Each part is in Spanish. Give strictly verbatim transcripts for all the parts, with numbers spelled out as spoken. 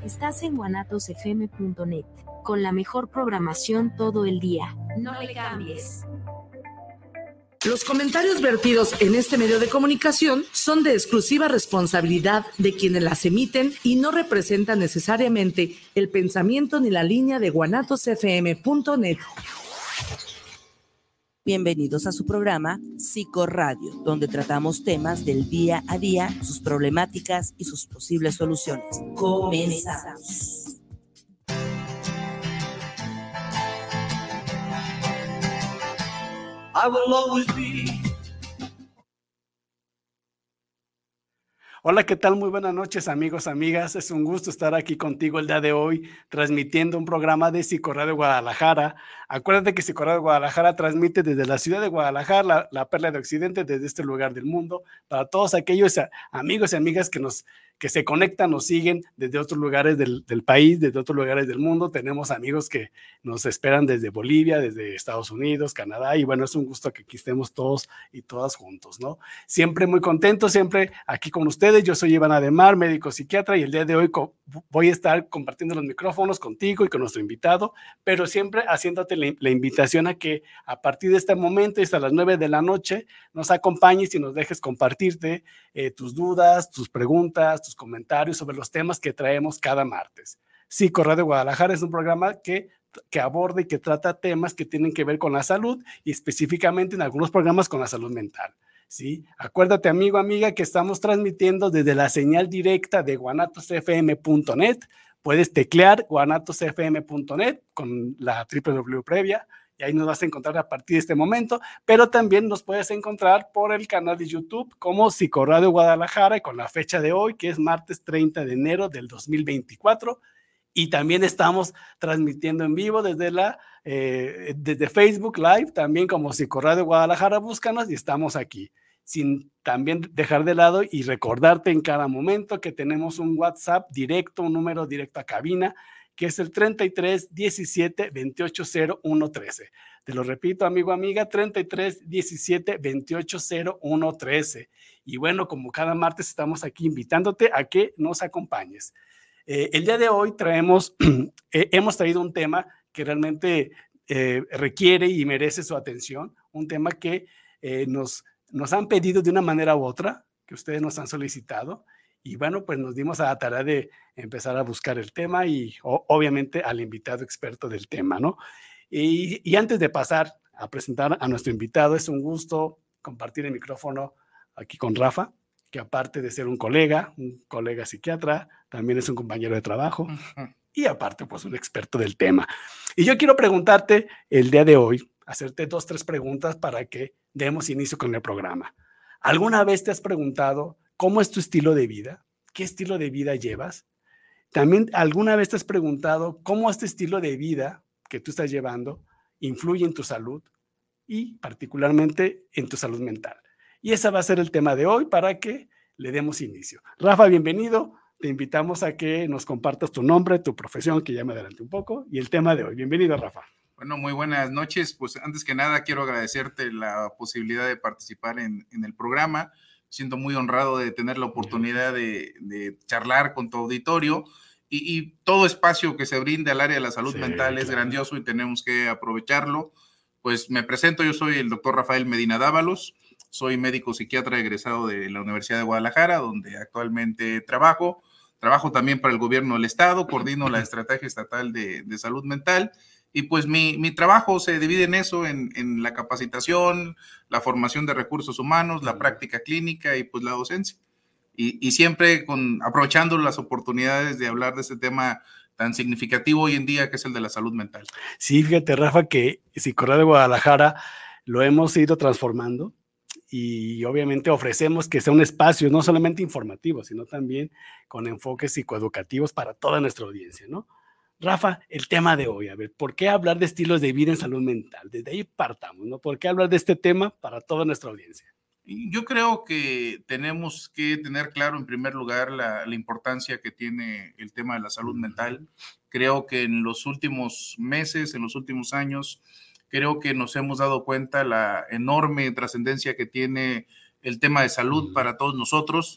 Estás en guanatos f m punto net, con la mejor programación todo el día. No le cambies. Los comentarios vertidos en este medio de comunicación son de exclusiva responsabilidad de quienes las emiten y no representan necesariamente el pensamiento ni la línea de guanatos f m punto net. Bienvenidos a su programa Psicoradio, donde tratamos temas del día a día, sus problemáticas y sus posibles soluciones. Comenzamos. I will always be. Hola, ¿qué tal? Muy buenas noches, amigos, amigas. Es un gusto estar aquí contigo el día de hoy, transmitiendo un programa de Psicoradio Guadalajara. Acuérdate que Psicoradio Guadalajara transmite desde la ciudad de Guadalajara, la, la perla de Occidente, desde este lugar del mundo, para todos aquellos amigos y amigas que nos que se conectan, nos siguen desde otros lugares del, del país, desde otros lugares del mundo. Tenemos amigos que nos esperan desde Bolivia, desde Estados Unidos, Canadá, y bueno, es un gusto que aquí estemos todos y todas juntos, ¿no? Siempre muy contentos, siempre aquí con ustedes. Yo soy Iván Ademar, médico psiquiatra, y el día de hoy co- voy a estar compartiendo los micrófonos contigo y con nuestro invitado, pero siempre haciéndote la, la invitación a que a partir de este momento y hasta las nueve de la noche nos acompañes y nos dejes compartirte eh, tus dudas, tus preguntas, tus comentarios sobre los temas que traemos cada martes. Psicoradio Guadalajara es un programa que, que aborda y que trata temas que tienen que ver con la salud y específicamente en algunos programas con la salud mental. ¿Sí? Acuérdate, amigo, amiga, que estamos transmitiendo desde la señal directa de guanatos f m punto net. Puedes teclear guanatos f m punto net con la doble u doble u doble u previa, y ahí nos vas a encontrar a partir de este momento, pero también nos puedes encontrar por el canal de YouTube como Psicoradio Guadalajara, y con la fecha de hoy, que es martes treinta de enero del dos mil veinticuatro, y también estamos transmitiendo en vivo desde, la, eh, desde Facebook Live, también como Psicoradio Guadalajara, búscanos y estamos aquí. Sin también dejar de lado y recordarte en cada momento que tenemos un WhatsApp directo, un número directo a cabina, que es el treinta y tres diecisiete veintiocho cero uno trece. Te lo repito, amigo, amiga, treinta y tres diecisiete veintiocho cero uno trece. Y bueno, como cada martes estamos aquí invitándote a que nos acompañes. Eh, el día de hoy traemos, eh, hemos traído un tema que realmente eh, requiere y merece su atención, un tema que eh, nos, nos han pedido de una manera u otra, que ustedes nos han solicitado, y bueno, pues nos dimos a la tarea de empezar a buscar el tema y o, obviamente al invitado experto del tema, ¿no? Y, y antes de pasar a presentar a nuestro invitado, es un gusto compartir el micrófono aquí con Rafa, que aparte de ser un colega, un colega psiquiatra, también es un compañero de trabajo y aparte pues un experto del tema. Y yo quiero preguntarte el día de hoy, hacerte dos, tres preguntas para que demos inicio con el programa. ¿Alguna vez te has preguntado cómo es tu estilo de vida? ¿Qué estilo de vida llevas? También, ¿alguna vez te has preguntado cómo este estilo de vida que tú estás llevando influye en tu salud y particularmente en tu salud mental? Y ese va a ser el tema de hoy para que le demos inicio. Rafa, bienvenido. Te invitamos a que nos compartas tu nombre, tu profesión, que ya me adelanté un poco, y el tema de hoy. Bienvenido, Rafa. Bueno, muy buenas noches. Pues antes que nada quiero agradecerte la posibilidad de participar en, en el programa. Me siento muy honrado de tener la oportunidad de, de charlar con tu auditorio y, y todo espacio que se brinde al área de la salud sí, mental es claro. grandioso y tenemos que aprovecharlo. Pues me presento, yo soy el doctor Rafael Medina Dávalos, soy médico psiquiatra egresado de la Universidad de Guadalajara, donde actualmente trabajo. Trabajo también para el gobierno del estado, coordino la estrategia estatal de, de salud mental y pues mi, mi trabajo se divide en eso, en, en la capacitación, la formación de recursos humanos, la práctica clínica y pues la docencia. Y, y siempre con, aprovechando las oportunidades de hablar de este tema tan significativo hoy en día que es el de la salud mental. Sí, fíjate, Rafa, que Psicoradio de Guadalajara lo hemos ido transformando. Y obviamente ofrecemos que sea un espacio no solamente informativo, sino también con enfoques psicoeducativos para toda nuestra audiencia, ¿no? Rafa, el tema de hoy, a ver, ¿por qué hablar de estilos de vida en salud mental? Desde ahí partamos, ¿no? ¿Por qué hablar de este tema para toda nuestra audiencia? Yo creo que tenemos que tener claro en primer lugar la, la importancia que tiene el tema de la salud mental. Creo que en los últimos meses, en los últimos años, creo que nos hemos dado cuenta la enorme trascendencia que tiene el tema de salud para todos nosotros.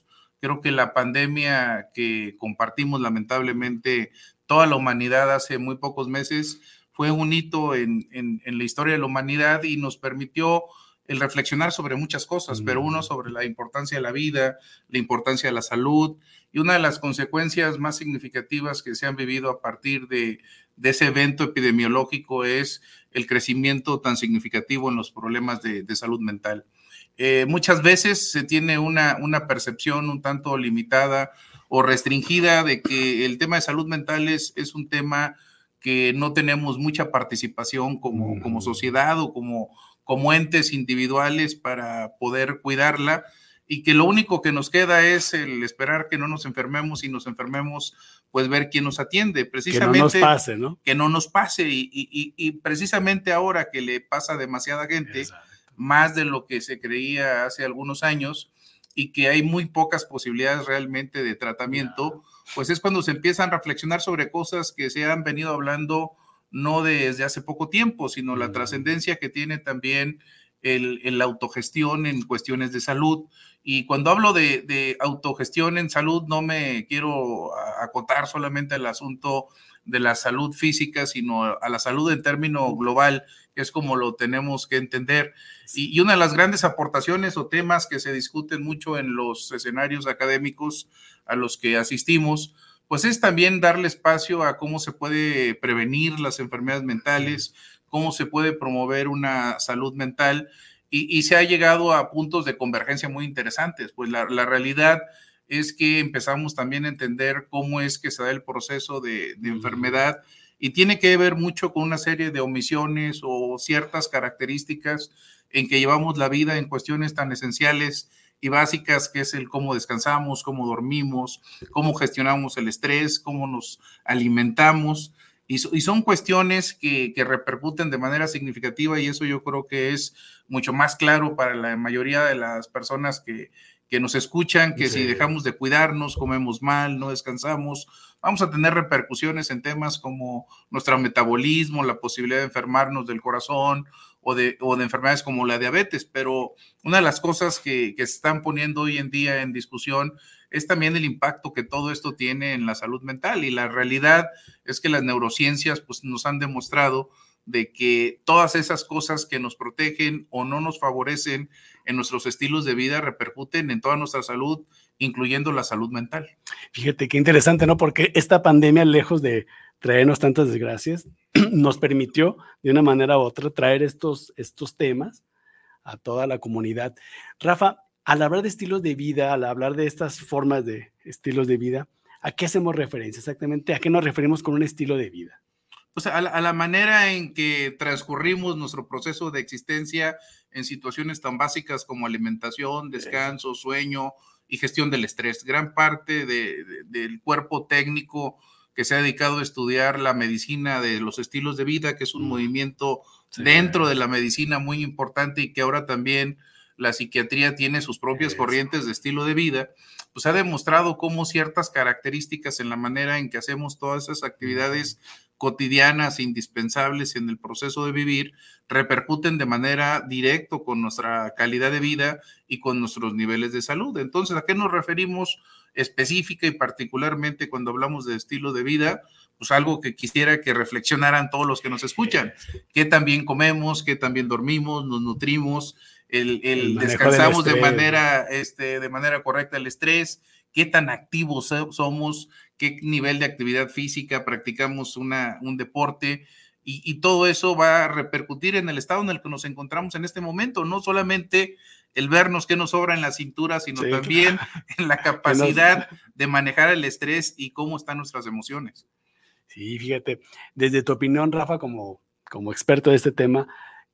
Creo que la pandemia que compartimos lamentablemente toda la humanidad hace muy pocos meses fue un hito en, en, en la historia de la humanidad y nos permitió el reflexionar sobre muchas cosas, pero uno sobre la importancia de la vida, la importancia de la salud, y una de las consecuencias más significativas que se han vivido a partir de, de ese evento epidemiológico es el crecimiento tan significativo en los problemas de, de salud mental. Eh, muchas veces se tiene una, una percepción un tanto limitada o restringida de que el tema de salud mental es, es un tema que no tenemos mucha participación como, como sociedad o como como entes individuales para poder cuidarla, y que lo único que nos queda es el esperar que no nos enfermemos, y nos enfermemos, pues ver quién nos atiende. Precisamente, que no nos pase, ¿no? Que no nos pase, y, y, y precisamente ahora que le pasa a demasiada gente, exacto, más de lo que se creía hace algunos años, y que hay muy pocas posibilidades realmente de tratamiento, pues es cuando se empiezan a reflexionar sobre cosas que se han venido hablando no desde hace poco tiempo, sino la trascendencia que tiene también el, el autogestión en cuestiones de salud. Y cuando hablo de, de autogestión en salud, no me quiero acotar solamente al asunto de la salud física, sino a la salud en término global, que es como lo tenemos que entender. Y, y una de las grandes aportaciones o temas que se discuten mucho en los escenarios académicos a los que asistimos, pues es también darle espacio a cómo se puede prevenir las enfermedades mentales, cómo se puede promover una salud mental, y, y se ha llegado a puntos de convergencia muy interesantes. Pues la, la realidad es que empezamos también a entender cómo es que se da el proceso de, de enfermedad, y tiene que ver mucho con una serie de omisiones o ciertas características en que llevamos la vida en cuestiones tan esenciales y básicas, que es el cómo descansamos, cómo dormimos, cómo gestionamos el estrés, cómo nos alimentamos, y, so, y son cuestiones que, que repercuten de manera significativa, y eso yo creo que es mucho más claro para la mayoría de las personas que, que nos escuchan, que sí, si dejamos de cuidarnos, comemos mal, no descansamos, vamos a tener repercusiones en temas como nuestro metabolismo, la posibilidad de enfermarnos del corazón, O de, o de enfermedades como la diabetes. Pero una de las cosas que, que se están poniendo hoy en día en discusión es también el impacto que todo esto tiene en la salud mental, y la realidad es que las neurociencias pues, nos han demostrado de que todas esas cosas que nos protegen o no nos favorecen en nuestros estilos de vida repercuten en toda nuestra salud, incluyendo la salud mental. Fíjate qué interesante, ¿no? Porque esta pandemia, lejos de traernos tantas desgracias, nos permitió de una manera u otra traer estos, estos temas a toda la comunidad. Rafa, al hablar de estilos de vida, al hablar de estas formas de estilos de vida, ¿a qué hacemos referencia exactamente? ¿A qué nos referimos con un estilo de vida? Pues a la, a la manera en que transcurrimos nuestro proceso de existencia en situaciones tan básicas como alimentación, descanso, sueño y gestión del estrés. Gran parte de, de, del cuerpo técnico que se ha dedicado a estudiar la medicina de los estilos de vida, que es un mm. movimiento sí. dentro de la medicina muy importante, y que ahora también la psiquiatría tiene sus propias Eso. corrientes de estilo de vida, pues ha demostrado cómo ciertas características en la manera en que hacemos todas esas actividades mm. cotidianas, indispensables en el proceso de vivir, repercuten de manera directa con nuestra calidad de vida y con nuestros niveles de salud. Entonces, ¿a qué nos referimos específica y particularmente cuando hablamos de estilo de vida? Pues algo que quisiera que reflexionaran todos los que nos escuchan. ¿Qué también comemos? ¿Qué también dormimos? ¿Nos nutrimos? El, el, el descansamos de manera, este, de manera correcta el estrés. ¿Qué tan activos somos? ¿Qué nivel de actividad física? ¿Practicamos una, un deporte? Y, y todo eso va a repercutir en el estado en el que nos encontramos en este momento. No solamente el vernos qué nos sobra en la cintura, sino sí, también claro. en la capacidad de manejar el estrés y cómo están nuestras emociones. Sí, fíjate, desde tu opinión, Rafa, como, como experto de este tema,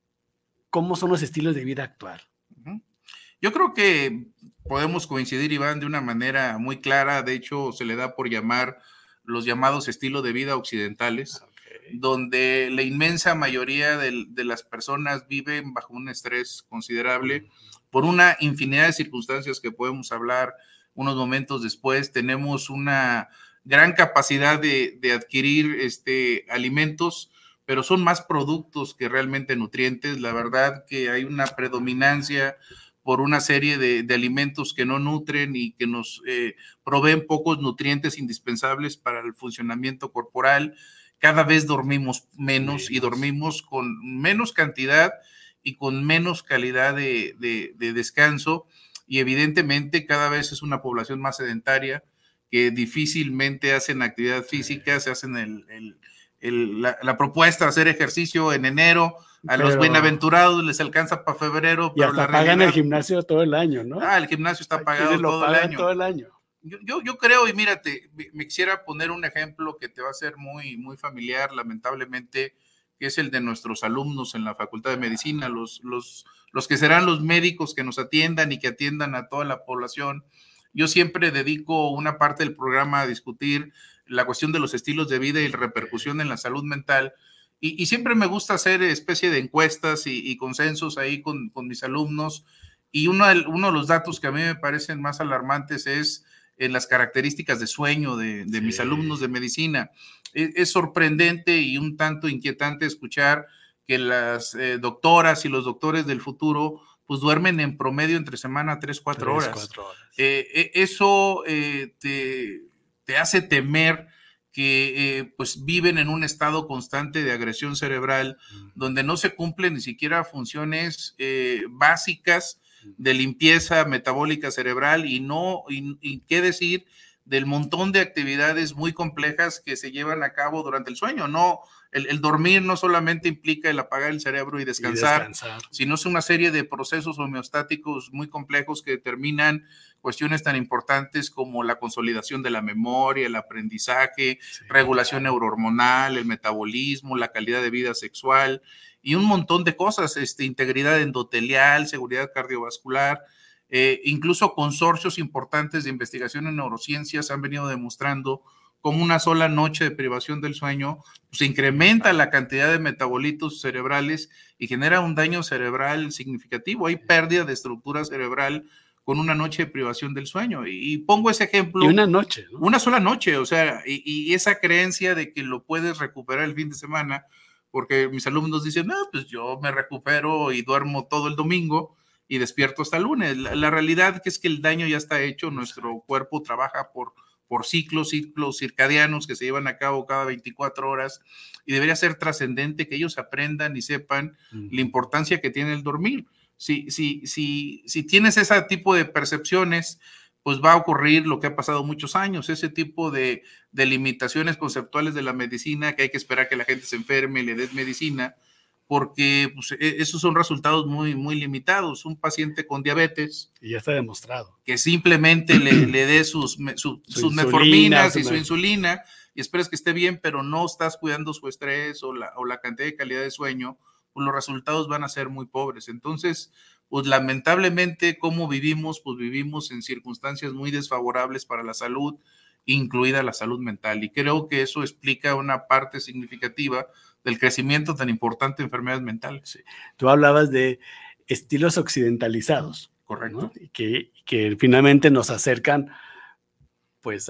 ¿cómo son los estilos de vida actual? Uh-huh. Yo creo que podemos coincidir, Iván, de una manera muy clara. De hecho, se le da por llamar los llamados estilos de vida occidentales, okay. donde la inmensa mayoría de, de las personas viven bajo un estrés considerable por una infinidad de circunstancias que podemos hablar unos momentos después. Tenemos una gran capacidad de, de adquirir este, alimentos, pero son más productos que realmente nutrientes. La verdad que hay una predominancia por una serie de, de alimentos que no nutren y que nos eh, proveen pocos nutrientes indispensables para el funcionamiento corporal. Cada vez dormimos menos, menos. y dormimos con menos cantidad y con menos calidad de, de, de descanso, y evidentemente cada vez es una población más sedentaria, que difícilmente hacen actividad física, se hacen el, el, el, la, la propuesta de hacer ejercicio en enero, a pero, los buenaventurados les alcanza para febrero. Y pero hasta la pagan realidad, el gimnasio todo el año, ¿no? Ah, el gimnasio está pagado todo el año. todo el año. Yo, yo, yo creo, y mírate, me quisiera poner un ejemplo que te va a ser muy, muy familiar, lamentablemente, que es el de nuestros alumnos en la Facultad de Medicina, los, los, los que serán los médicos que nos atiendan y que atiendan a toda la población. Yo siempre dedico una parte del programa a discutir la cuestión de los estilos de vida y la repercusión en la salud mental, y, y siempre me gusta hacer especie de encuestas y, y consensos ahí con, con mis alumnos, y uno, uno de los datos que a mí me parecen más alarmantes es en las características de sueño de, de sí. mis alumnos de medicina. Es, es sorprendente y un tanto inquietante escuchar que las eh, doctoras y los doctores del futuro pues duermen en promedio entre semana tres, cuatro horas. Cuatro horas. Eh, eso eh, te, te hace temer que eh, pues viven en un estado constante de agresión cerebral, mm. donde no se cumplen ni siquiera funciones eh, básicas de limpieza metabólica cerebral, y no, y, y qué decir del montón de actividades muy complejas que se llevan a cabo durante el sueño. No, el, el dormir no solamente implica el apagar el cerebro y descansar, y descansar, sino es una serie de procesos homeostáticos muy complejos que determinan cuestiones tan importantes como la consolidación de la memoria, el aprendizaje, sí, regulación claro. neurohormonal, el metabolismo, la calidad de vida sexual y un montón de cosas, este, integridad endotelial, seguridad cardiovascular. Eh, incluso consorcios importantes de investigación en neurociencias han venido demostrando cómo una sola noche de privación del sueño pues, incrementa la cantidad de metabolitos cerebrales y genera un daño cerebral significativo. Hay pérdida de estructura cerebral con una noche de privación del sueño. Y, y pongo ese ejemplo. Y una noche, ¿no? Una sola noche, o sea, y, y esa creencia de que lo puedes recuperar el fin de semana, porque mis alumnos dicen, no, pues yo me recupero y duermo todo el domingo y despierto hasta el lunes. La, la realidad es que el daño ya está hecho, nuestro cuerpo trabaja por, por ciclos, ciclos circadianos que se llevan a cabo cada veinticuatro horas, y debería ser trascendente que ellos aprendan y sepan mm. la importancia que tiene el dormir. Si, si, si, si tienes ese tipo de percepciones, pues va a ocurrir lo que ha pasado muchos años, ese tipo de, de limitaciones conceptuales de la medicina, que hay que esperar que la gente se enferme y le des medicina, porque pues, esos son resultados muy, muy limitados. Un paciente con diabetes, y ya está demostrado, que simplemente le, le dé sus, su, su sus metforminas y su insulina, y esperas que esté bien, pero no estás cuidando su estrés o la, o la cantidad de calidad de sueño, pues los resultados van a ser muy pobres. Entonces, pues lamentablemente, ¿cómo vivimos? Pues vivimos en circunstancias muy desfavorables para la salud, incluida la salud mental, y creo que eso explica una parte significativa del crecimiento tan importante de enfermedades mentales. Sí. Tú hablabas de estilos occidentalizados. Correcto. ¿No? Que, que finalmente nos acercan pues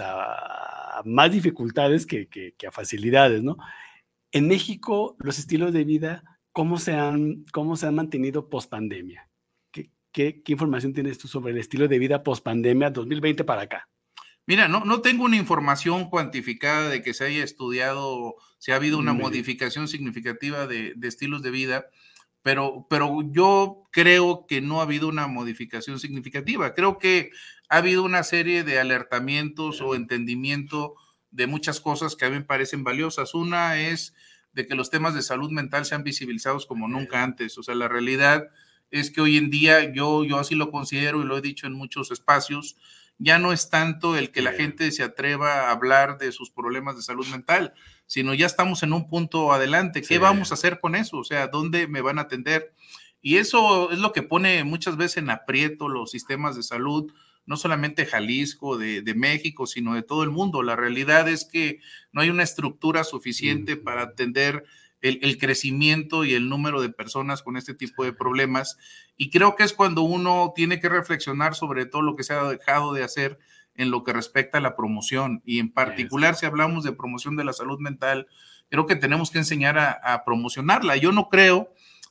a más dificultades que, que, que a facilidades, ¿no? En México, los estilos de vida, ¿cómo se han, cómo se han mantenido post-pandemia? ¿Qué, qué, ¿Qué información tienes tú sobre el estilo de vida post-pandemia dos mil veinte para acá? Mira, no, no tengo una información cuantificada de que se haya estudiado, si ha habido una Medio. modificación significativa de, de estilos de vida, pero, pero yo creo que no ha habido una modificación significativa. Creo que ha habido una serie de alertamientos o entendimiento de muchas cosas que a mí me parecen valiosas. Una es de que los temas de salud mental sean visibilizados como nunca antes. O sea, la realidad es que hoy en día, yo, yo así lo considero y lo he dicho en muchos espacios, ya no es tanto el que la gente se atreva a hablar de sus problemas de salud mental, sino ya estamos en un punto adelante. ¿Qué sí. vamos a hacer con eso? O sea, ¿dónde me van a atender? Y eso es lo que pone muchas veces en aprieto los sistemas de salud, no solamente Jalisco, de, de México, sino de todo el mundo. La realidad es que no hay una estructura suficiente mm. para atender el, el crecimiento y el número de personas con este tipo de problemas. Y creo que es cuando uno tiene que reflexionar sobre todo lo que se ha dejado de hacer en lo que respecta a la promoción. Y en particular, si hablamos de promoción de la salud mental, creo que tenemos que enseñar a, a promocionarla. Yo no creo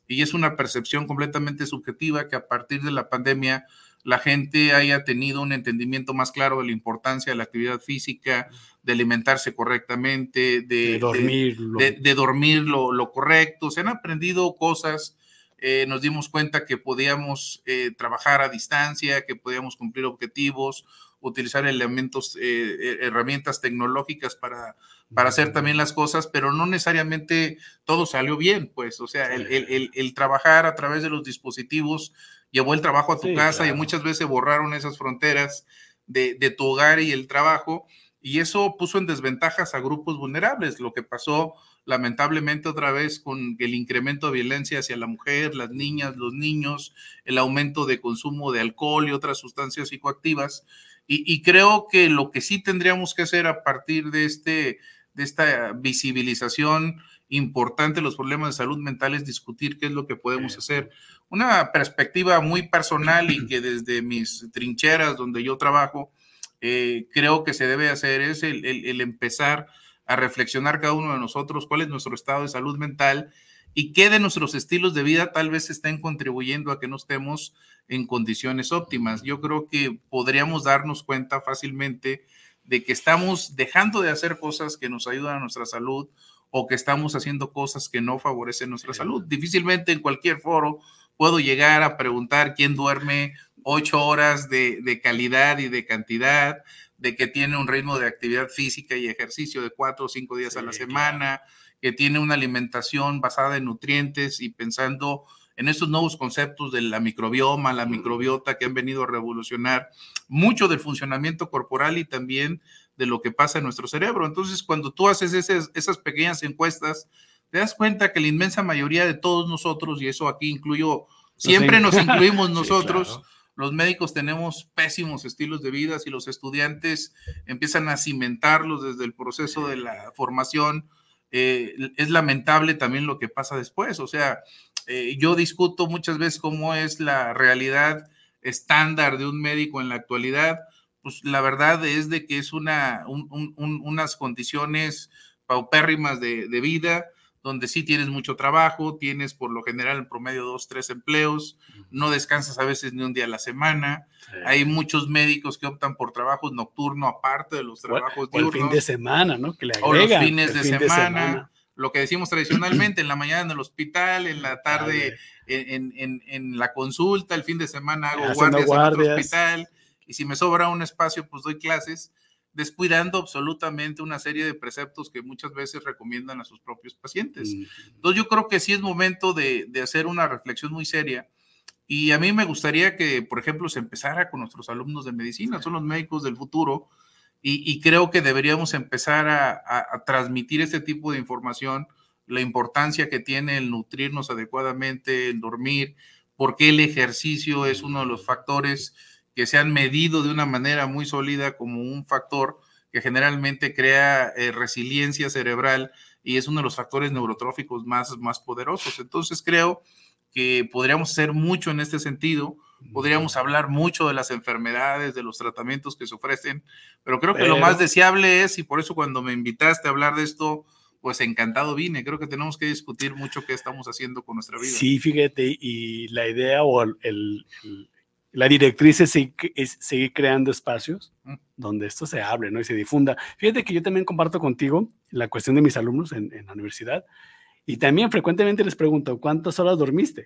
y es una percepción completamente subjetiva que a partir de la pandemia la gente haya tenido un entendimiento más claro de la importancia de la actividad física, de alimentarse correctamente, de, de dormir, de, lo... de, de dormir lo, lo correcto. Se han aprendido cosas, eh, nos dimos cuenta que podíamos eh, trabajar a distancia, que podíamos cumplir objetivos, utilizar elementos, eh, herramientas tecnológicas para, para hacer también las cosas, pero no necesariamente todo salió bien, pues, o sea, el, el, el, el trabajar a través de los dispositivos llevó el trabajo a tu sí, casa, claro. Y muchas veces borraron esas fronteras de, de tu hogar y el trabajo, y eso puso en desventajas a grupos vulnerables, lo que pasó lamentablemente otra vez con el incremento de violencia hacia la mujer, las niñas, los niños, el aumento de consumo de alcohol y otras sustancias psicoactivas, y, y creo que lo que sí tendríamos que hacer a partir de, este, de esta visibilización importante de los problemas de salud mental es discutir qué es lo que podemos hacer. Una perspectiva muy personal y que desde mis trincheras donde yo trabajo, eh, creo que se debe hacer es el, el, el empezar a reflexionar cada uno de nosotros cuál es nuestro estado de salud mental y qué de nuestros estilos de vida tal vez estén contribuyendo a que no estemos en condiciones óptimas. Yo creo que podríamos darnos cuenta fácilmente de que estamos dejando de hacer cosas que nos ayudan a nuestra salud o que estamos haciendo cosas que no favorecen nuestra salud. Difícilmente en cualquier foro puedo llegar a preguntar quién duerme ocho horas de, de calidad y de cantidad, de que tiene un ritmo de actividad física y ejercicio de cuatro o cinco días sí, a la semana, claro. Que tiene una alimentación basada en nutrientes y pensando en estos nuevos conceptos de la microbioma, la microbiota que han venido a revolucionar mucho del funcionamiento corporal y también de lo que pasa en nuestro cerebro. Entonces, cuando tú haces esas, esas pequeñas encuestas, te das cuenta que la inmensa mayoría de todos nosotros, y eso aquí incluyo, siempre nos incluimos nosotros, sí, claro. Los médicos tenemos pésimos estilos de vida, si los estudiantes empiezan a cimentarlos desde el proceso de la formación, eh, es lamentable también lo que pasa después. O sea, eh, yo discuto muchas veces cómo es la realidad estándar de un médico en la actualidad. Pues la verdad es de que es una, un, un, unas condiciones paupérrimas de, de vida, donde sí tienes mucho trabajo, tienes por lo general en promedio dos, tres empleos, no descansas a veces ni un día a la semana. Sí. Hay muchos médicos que optan por trabajos nocturnos aparte de los trabajos o, diurnos. O el fin de semana, ¿no? Que le agregan, o los fines de, fin semana, de semana. Lo que decimos tradicionalmente, en la mañana en el hospital, en la tarde en, en, en la consulta, el fin de semana hago guardias, guardias en otro hospital, y si me sobra un espacio, pues doy clases, descuidando absolutamente una serie de preceptos que muchas veces recomiendan a sus propios pacientes. Entonces yo creo que sí es momento de, de hacer una reflexión muy seria, y a mí me gustaría que, por ejemplo, se empezara con nuestros alumnos de medicina, son los médicos del futuro, y, y creo que deberíamos empezar a, a, a transmitir este tipo de información, la importancia que tiene el nutrirnos adecuadamente, el dormir, porque el ejercicio es uno de los factores que se han medido de una manera muy sólida como un factor que generalmente crea eh, resiliencia cerebral y es uno de los factores neurotróficos más, más poderosos. Entonces creo que podríamos hacer mucho en este sentido, podríamos hablar mucho de las enfermedades, de los tratamientos que se ofrecen, pero creo que pero... lo más deseable es, y por eso cuando me invitaste a hablar de esto, pues encantado vine. Creo que tenemos que discutir mucho qué estamos haciendo con nuestra vida. Sí, fíjate, y la idea o el... el, el... La directriz es seguir, es seguir creando espacios donde esto se hable, ¿no? Y se difunda. Fíjate que yo también comparto contigo la cuestión de mis alumnos en, en la universidad y también frecuentemente les pregunto, ¿cuántas horas dormiste?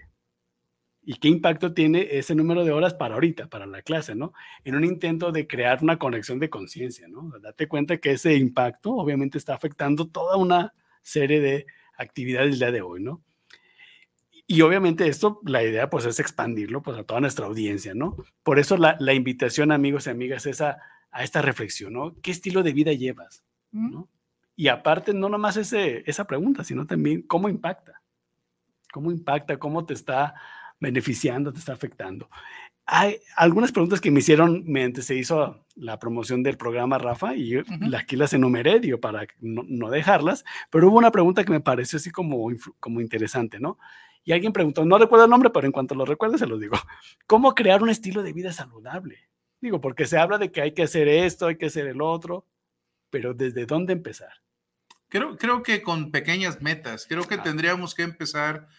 ¿Y qué impacto tiene ese número de horas para ahorita, para la clase, ¿no? En un intento de crear una conexión de conciencia, ¿no? Date cuenta que ese impacto obviamente está afectando toda una serie de actividades del día de hoy, ¿no? Y obviamente esto, la idea pues es expandirlo pues a toda nuestra audiencia, ¿no? Por eso la, la invitación, amigos y amigas, es a, a esta reflexión, ¿no? ¿Qué estilo de vida llevas? ¿No? Y aparte, no nomás ese, esa pregunta, sino también cómo impacta. ¿Cómo impacta? ¿Cómo te está beneficiando? ¿Te está afectando? Hay algunas preguntas que me hicieron mientras se hizo la promoción del programa, Rafa, y yo uh-huh. aquí las enumeré, digo, para no, no dejarlas, pero hubo una pregunta que me pareció así como, como interesante, ¿no? Y alguien preguntó, no recuerdo el nombre, pero en cuanto lo recuerde se los digo. ¿Cómo crear un estilo de vida saludable? Digo, porque se habla de que hay que hacer esto, hay que hacer el otro, pero ¿desde dónde empezar? Creo, creo que con pequeñas metas. Creo que ah. tendríamos que empezar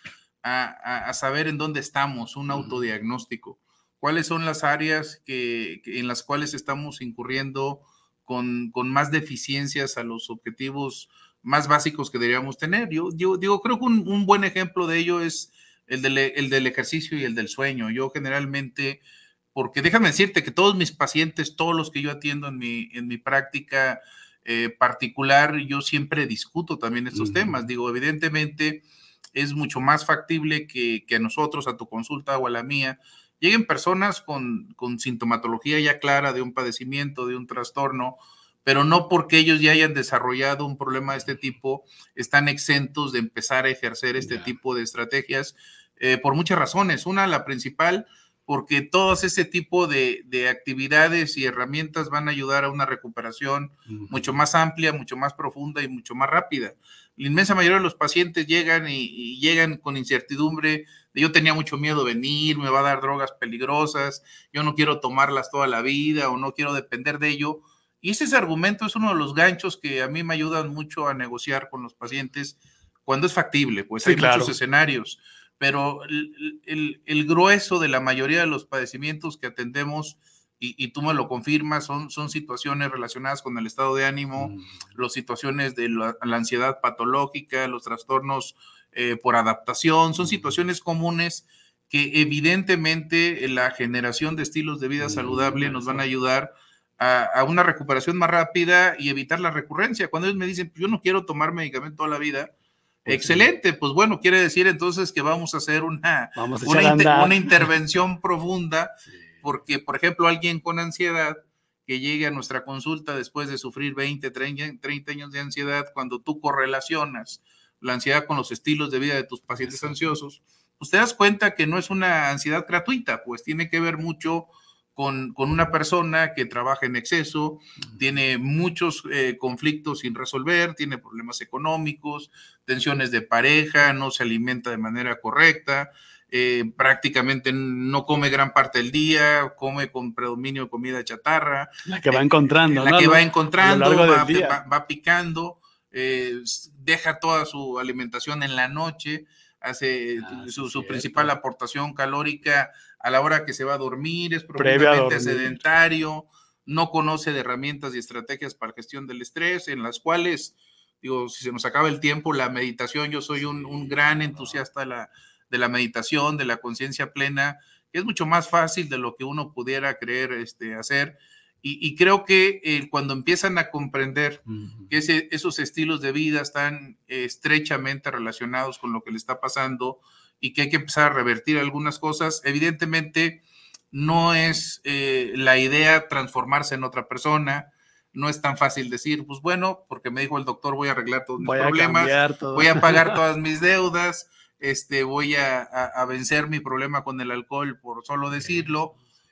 a, a, a saber en dónde estamos, un autodiagnóstico. ¿Cuáles son las áreas que, que en las cuales estamos incurriendo con, con más deficiencias a los objetivos más básicos que deberíamos tener? Yo, yo digo, creo que un, un buen ejemplo de ello es el del, el del ejercicio y el del sueño. Yo generalmente, porque déjame decirte que todos mis pacientes, todos los que yo atiendo en mi, en mi práctica eh, particular, yo siempre discuto también estos uh-huh. temas. Digo, evidentemente es mucho más factible que, que a nosotros, a tu consulta o a la mía, lleguen personas con, con sintomatología ya clara de un padecimiento, de un trastorno, pero no porque ellos ya hayan desarrollado un problema de este tipo, están exentos de empezar a ejercer este yeah. tipo de estrategias eh, por muchas razones. Una, la principal, porque todos ese tipo de, de actividades y herramientas van a ayudar a una recuperación uh-huh. mucho más amplia, mucho más profunda y mucho más rápida. La inmensa mayoría de los pacientes llegan y, y llegan con incertidumbre de yo tenía mucho miedo de venir, me va a dar drogas peligrosas, yo no quiero tomarlas toda la vida o no quiero depender de ello. Y ese argumento es uno de los ganchos que a mí me ayudan mucho a negociar con los pacientes cuando es factible, pues sí, hay claro. muchos escenarios, pero el, el, el grueso de la mayoría de los padecimientos que atendemos, y, y tú me lo confirmas, son, son situaciones relacionadas con el estado de ánimo, mm. las situaciones de la, la ansiedad patológica, los trastornos eh, por adaptación, son situaciones comunes que evidentemente la generación de estilos de vida saludable nos van a ayudar A, a una recuperación más rápida y evitar la recurrencia. Cuando ellos me dicen, yo no quiero tomar medicamento toda la vida, pues excelente, sí. pues bueno, quiere decir entonces que vamos a hacer una, vamos a una, inter, una intervención profunda, sí. porque, por ejemplo, alguien con ansiedad que llegue a nuestra consulta después de sufrir veinte, treinta años de ansiedad, cuando tú correlacionas la ansiedad con los estilos de vida de tus pacientes sí. ansiosos, pues te das cuenta que no es una ansiedad gratuita, pues tiene que ver mucho Con, con una persona que trabaja en exceso, tiene muchos eh, conflictos sin resolver, tiene problemas económicos, tensiones de pareja, no se alimenta de manera correcta, eh, prácticamente no come gran parte del día, come con predominio de comida chatarra. La que va encontrando, eh, La ¿no? que va encontrando, va, va, va picando, eh, deja toda su alimentación en la noche, hace ah, su, su principal aportación calórica a la hora que se va a dormir, es profundamente sedentario, no conoce de herramientas y estrategias para gestión del estrés, en las cuales, digo, si se nos acaba el tiempo, la meditación, yo soy un, un gran entusiasta de la, de la meditación, de la conciencia plena, que es mucho más fácil de lo que uno pudiera creer este, hacer, y, y creo que eh, cuando empiezan a comprender uh-huh. que ese, esos estilos de vida están eh, estrechamente relacionados con lo que le está pasando, y que hay que empezar a revertir algunas cosas, evidentemente no es eh, la idea transformarse en otra persona, no es tan fácil decir, pues bueno, porque me dijo el doctor, voy a arreglar todos mis voy problemas, todo. voy a pagar todas mis deudas, este, voy a, a, a vencer mi problema con el alcohol, por solo decirlo.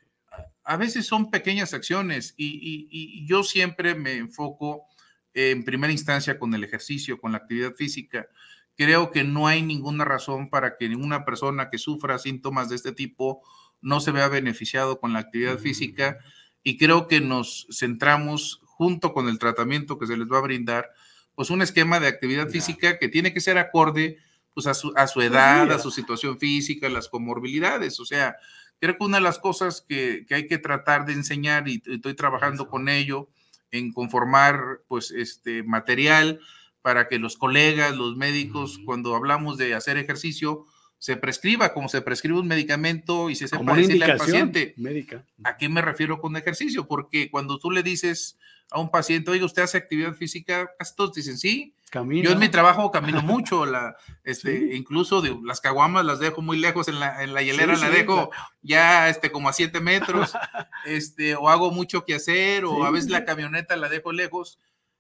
A veces son pequeñas acciones y, y, y yo siempre me enfoco en primera instancia con el ejercicio, con la actividad física. Creo que no hay ninguna razón para que ninguna persona que sufra síntomas de este tipo no se vea beneficiado con la actividad física, y creo que nos centramos, junto con el tratamiento que se les va a brindar, pues un esquema de actividad física que tiene que ser acorde pues, a, su, a su edad, a su situación física, las comorbilidades. O sea, creo que una de las cosas que, que hay que tratar de enseñar, y estoy trabajando con ello, en conformar pues este material para que los colegas, los médicos, uh-huh. cuando hablamos de hacer ejercicio, se prescriba como se prescribe un medicamento y se sepa decirle al paciente, médica. ¿A qué me refiero con ejercicio? Porque cuando tú le dices a un paciente, oiga, ¿usted hace actividad física? Casi todos dicen, sí. Camino. Yo en mi trabajo camino mucho, la, este, sí. incluso de, las caguamas las dejo muy lejos en la, en la hielera, sí, la sí, dejo claro. ya este, como a siete metros, este, o hago mucho que hacer, o sí, a veces sí. la camioneta la dejo lejos.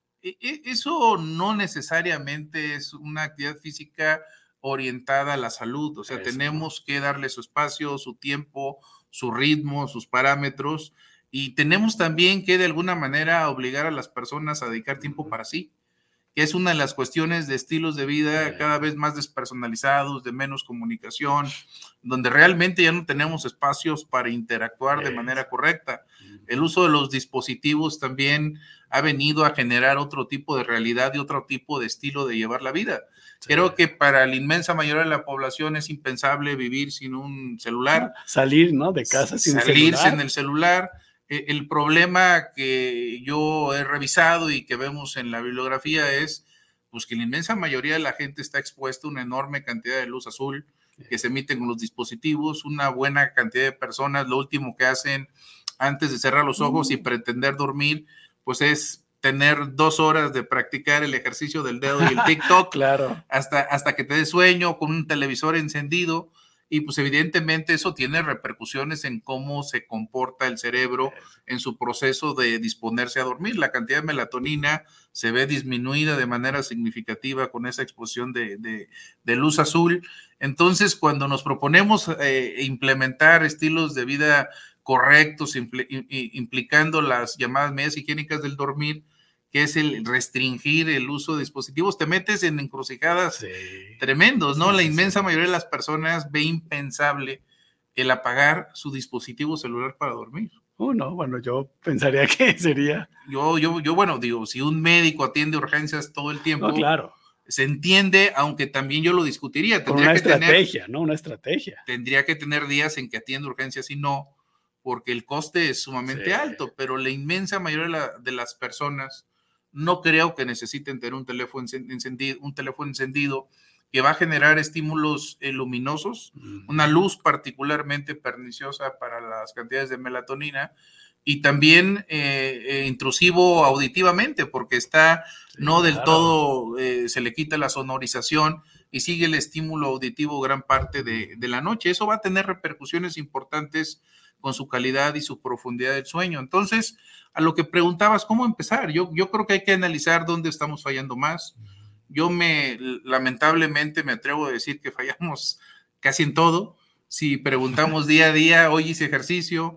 Eso no necesariamente es una actividad física orientada a la salud, o sea, Eso, tenemos ¿no? que darle su espacio, su tiempo, su ritmo, sus parámetros, y tenemos también que de alguna manera obligar a las personas a dedicar tiempo para sí. que es una de las cuestiones de estilos de vida cada vez más despersonalizados, de menos comunicación, donde realmente ya no tenemos espacios para interactuar de manera correcta. El uso de los dispositivos también ha venido a generar otro tipo de realidad y otro tipo de estilo de llevar la vida. Sí. Creo que para la inmensa mayoría de la población es impensable vivir sin un celular. Salir, ¿no? De casa sin celular. Salir sin el celular. El problema que yo he revisado y que vemos en la bibliografía es pues, que la inmensa mayoría de la gente está expuesta a una enorme cantidad de luz azul que se emiten con los dispositivos, una buena cantidad de personas, lo último que hacen antes de cerrar los ojos y pretender dormir, pues es tener dos horas de practicar el ejercicio del dedo y el TikTok, claro. hasta, hasta que te dé sueño con un televisor encendido. Y pues evidentemente eso tiene repercusiones en cómo se comporta el cerebro en su proceso de disponerse a dormir. La cantidad de melatonina se ve disminuida de manera significativa con esa exposición de, de, de luz azul. Entonces, cuando nos proponemos eh, implementar estilos de vida correctos, impl implicando las llamadas medidas higiénicas del dormir, que es el restringir el uso de dispositivos, te metes en encrucijadas sí. tremendos, ¿no? Sí, la inmensa sí. mayoría de las personas ve impensable el apagar su dispositivo celular para dormir. Oh, no, bueno, yo pensaría que sería... Yo, yo, yo, bueno, digo, si un médico atiende urgencias todo el tiempo... No, claro. Se entiende, aunque también yo lo discutiría. Con una que estrategia, tener, ¿no? Una estrategia. Tendría que tener días en que atiende urgencias y no, porque el coste es sumamente sí. alto, pero la inmensa mayoría de, la, de las personas... No creo que necesiten tener un teléfono encendido, un teléfono encendido que va a generar estímulos eh, luminosos, mm. una luz particularmente perniciosa para las cantidades de melatonina y también eh, eh, intrusivo auditivamente porque está sí, no del claro. todo, eh, se le quita la sonorización y sigue el estímulo auditivo gran parte de, de la noche. Eso va a tener repercusiones importantes con su calidad y su profundidad del sueño. Entonces, a lo que preguntabas, ¿cómo empezar? Yo, yo creo que hay que analizar dónde estamos fallando más. Yo me, lamentablemente, me atrevo a decir que fallamos casi en todo. Si preguntamos día a día, hoy hice ejercicio,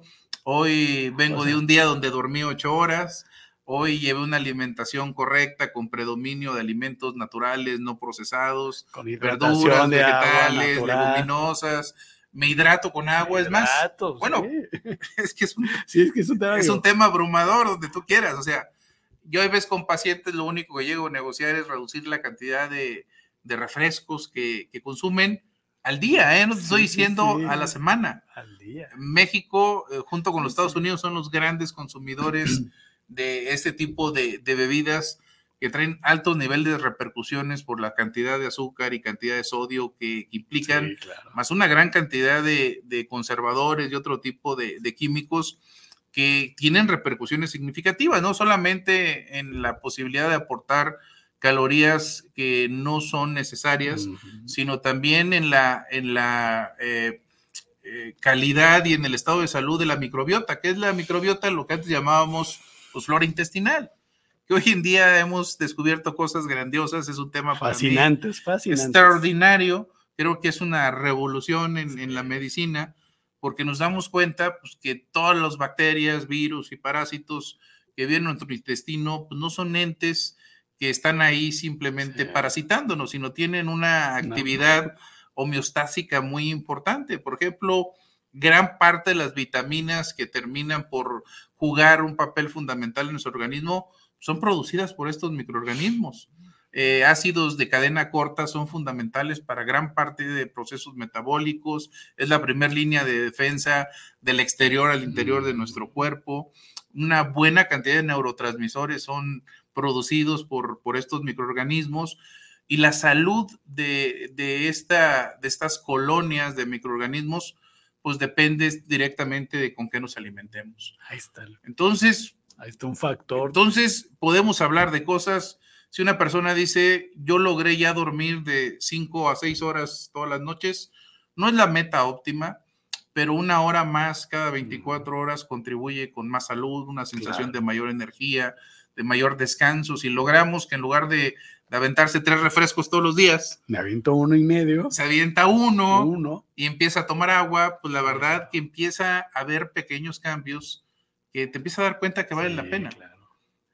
hoy vengo o sea, de un día donde dormí ocho horas, hoy llevé una alimentación correcta con predominio de alimentos naturales, no procesados, con verduras, de vegetales, agua leguminosas, me hidrato con agua, me hidrato, es más, bueno, sí. es que es un, sí, es, que es, un tema, es un tema abrumador donde tú quieras, o sea, yo a veces con pacientes lo único que llego a negociar es reducir la cantidad de, de refrescos que, que consumen al día, ¿eh? No te estoy sí, diciendo sí. a la semana. Al día. México, eh, junto con los Estados sí. Unidos, son los grandes consumidores de este tipo de, de bebidas que traen altos niveles de repercusiones por la cantidad de azúcar y cantidad de sodio que, que implican, sí, claro. más una gran cantidad de, de conservadores y otro tipo de, de químicos que tienen repercusiones significativas, no solamente en la posibilidad de aportar calorías que no son necesarias, uh-huh. sino también en la, en la eh, eh, calidad y en el estado de salud de la microbiota, que es la microbiota, lo que antes llamábamos pues, flora intestinal. Que hoy en día hemos descubierto cosas grandiosas, es un tema fascinantes, para mí fascinantes. extraordinario, creo que es una revolución en, sí. en la medicina, porque nos damos cuenta pues, que todas las bacterias, virus y parásitos que viven en nuestro intestino pues, no son entes que están ahí simplemente sí. parasitándonos, sino tienen una actividad no, no. homeostásica muy importante. Por ejemplo, gran parte de las vitaminas que terminan por jugar un papel fundamental en nuestro organismo son producidas por estos microorganismos. Eh, ácidos de cadena corta son fundamentales para gran parte de procesos metabólicos, es la primera línea de defensa del exterior al interior de nuestro cuerpo. Una buena cantidad de neurotransmisores son producidos por, por estos microorganismos y la salud de, de, esta, de estas colonias de microorganismos pues depende directamente de con qué nos alimentemos. Ahí está. Entonces, ahí está un factor. Entonces, podemos hablar de cosas. Si una persona dice, yo logré ya dormir de cinco a seis horas todas las noches, no es la meta óptima, pero una hora más cada veinticuatro horas contribuye con más salud, una sensación claro. de mayor energía, de mayor descanso. Si logramos que en lugar de, de aventarse tres refrescos todos los días, me aviento uno y medio, se avienta uno, uno y empieza a tomar agua, pues la verdad que empieza a haber pequeños cambios que te empieza a dar cuenta que vale sí, la pena. Claro.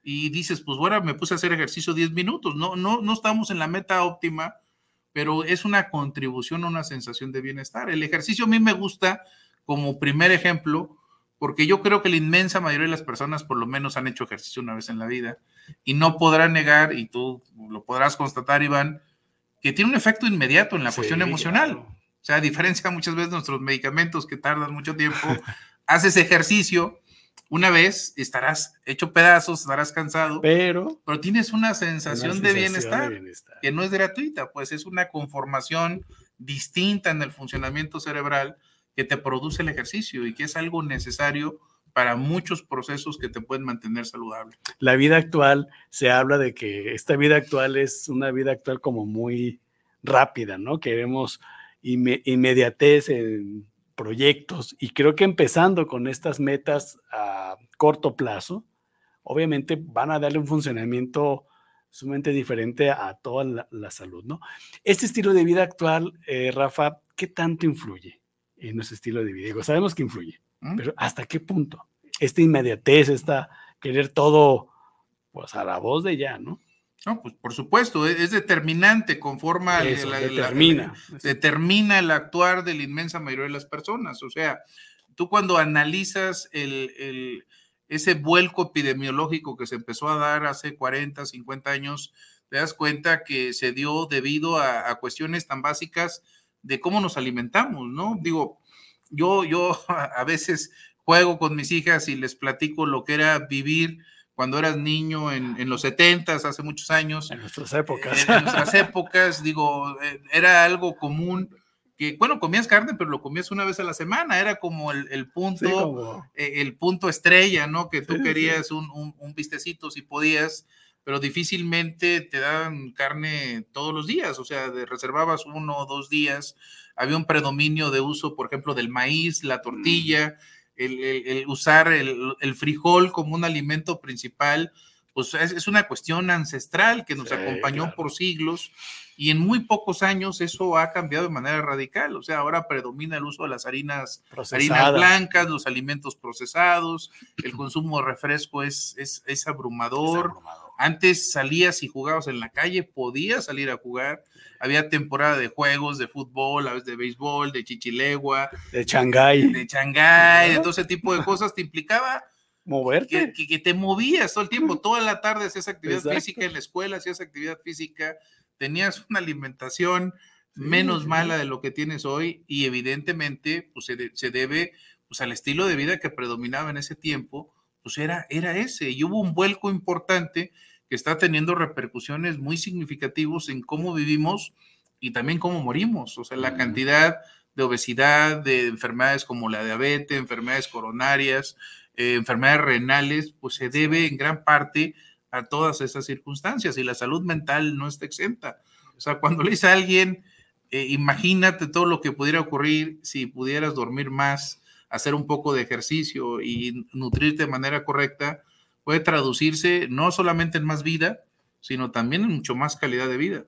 y dices, pues bueno, me puse a hacer ejercicio diez minutos, no, no, no estamos en la meta óptima, pero es una contribución a una sensación de bienestar. El ejercicio a mí me gusta como primer ejemplo, porque yo creo que la inmensa mayoría de las personas por lo menos han hecho ejercicio una vez en la vida y no podrán negar, y tú lo podrás constatar, Iván, que tiene un efecto inmediato en la sí, cuestión emocional. Claro. O sea, a diferencia muchas veces de nuestros medicamentos que tardan mucho tiempo, haces ejercicio, una vez estarás hecho pedazos, estarás cansado, pero, pero tienes una sensación, una sensación de, bienestar, de bienestar que no es gratuita, pues es una conformación distinta en el funcionamiento cerebral que te produce el ejercicio y que es algo necesario para muchos procesos que te pueden mantener saludable. La vida actual, se habla de que esta vida actual es una vida actual como muy rápida, ¿no? Queremos inme- inmediatez en proyectos, y creo que empezando con estas metas a corto plazo, obviamente van a darle un funcionamiento sumamente diferente a toda la, la salud, ¿no? Este estilo de vida actual, eh, Rafa, ¿qué tanto influye en nuestro estilo de vida? Digo, sabemos que influye, ¿Mm? pero ¿hasta qué punto? Esta inmediatez, esta querer todo pues a la voz de ya, ¿no? No, pues por supuesto, es, es determinante, conforma, Eso, la, determina. La, la, determina el actuar de la inmensa mayoría de las personas. O sea, tú cuando analizas el, el, ese vuelco epidemiológico que se empezó a dar hace cuarenta, cincuenta años, te das cuenta que se dio debido a, a cuestiones tan básicas de cómo nos alimentamos, ¿no? Digo, yo, yo a veces juego con mis hijas y les platico lo que era vivir cuando eras niño en, en los setentas, hace muchos años. En nuestras épocas. En, en nuestras épocas, digo, era algo común que, bueno, comías carne, pero lo comías una vez a la semana, era como el, el punto, sí, como... eh, el punto estrella, ¿no? Que tú sí, querías sí. Un, un, un bistecito si podías, pero difícilmente te daban carne todos los días, o sea, de, reservabas uno o dos días, había un predominio de uso, por ejemplo, del maíz, la tortilla, mm. El, el, el usar el, el frijol como un alimento principal, pues es, es una cuestión ancestral que nos sí, acompañó claro. por siglos, y en muy pocos años eso ha cambiado de manera radical. O sea, ahora predomina el uso de las harinas, harinas blancas, los alimentos procesados, el consumo de refresco es, es, es, abrumador. es abrumador. Antes salías y jugabas en la calle, podías salir a jugar. Había temporada de juegos, de fútbol, a veces de béisbol, de chichilegua, de Shanghái, de Shanghái, de todo ese tipo de cosas. Te implicaba moverte, que, que, que te movías todo el tiempo, toda la tarde hacías actividad Exacto. física en la escuela, hacías actividad física, tenías una alimentación sí, menos sí. mala de lo que tienes hoy, y evidentemente pues, se, de, se debe pues, al estilo de vida que predominaba en ese tiempo, pues era, era ese, y hubo un vuelco importante que está teniendo repercusiones muy significativas en cómo vivimos y también cómo morimos. O sea, la cantidad de obesidad, de enfermedades como la diabetes, enfermedades coronarias, eh, enfermedades renales, pues se debe en gran parte a todas esas circunstancias, y la salud mental no está exenta. O sea, cuando le dice a alguien, eh, imagínate todo lo que pudiera ocurrir si pudieras dormir más, hacer un poco de ejercicio y nutrirte de manera correcta, puede traducirse no solamente en más vida, sino también en mucho más calidad de vida.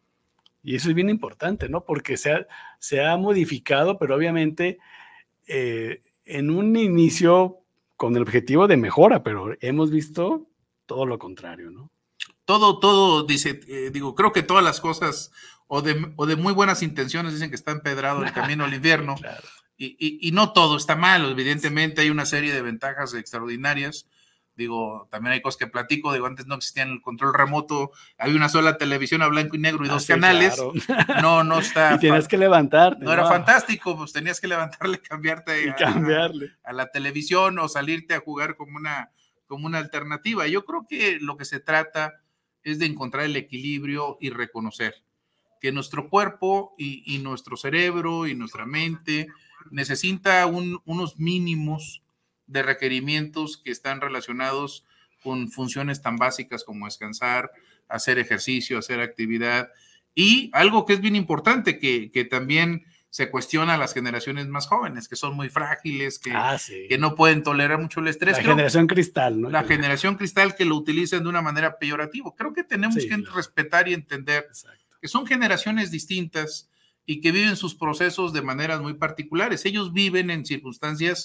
Y eso es bien importante, ¿no? Porque se ha, se ha modificado, pero obviamente eh, en un inicio con el objetivo de mejora, pero hemos visto todo lo contrario, ¿no? Todo, todo, dice, eh, digo, creo que todas las cosas, o de, o de muy buenas intenciones, dicen que está empedrado el camino al infierno, claro. y, y, y no todo está mal, evidentemente hay una serie de ventajas extraordinarias. Digo, también hay cosas que platico, digo, antes no existía el control remoto, había una sola televisión a blanco y negro y dos ah, sí, canales, claro. no, no está... y tenías que levantarte. No, no era fantástico, pues tenías que levantarle, cambiarte y a, cambiarle. A, a la televisión o salirte a jugar como una, como una alternativa. Yo creo que lo que se trata es de encontrar el equilibrio y reconocer que nuestro cuerpo y, y nuestro cerebro y nuestra mente necesita un, unos mínimos de requerimientos que están relacionados con funciones tan básicas como descansar, hacer ejercicio, hacer actividad, y algo que es bien importante, que, que también se cuestiona a las generaciones más jóvenes, que son muy frágiles, que, ah, sí. que no pueden tolerar mucho el estrés. La Creo generación cristal, ¿no? La generación cristal que lo utilizan de una manera peyorativa. Creo que tenemos sí, que claro. respetar y entender Exacto. que son generaciones distintas y que viven sus procesos de maneras muy particulares. Ellos viven en circunstancias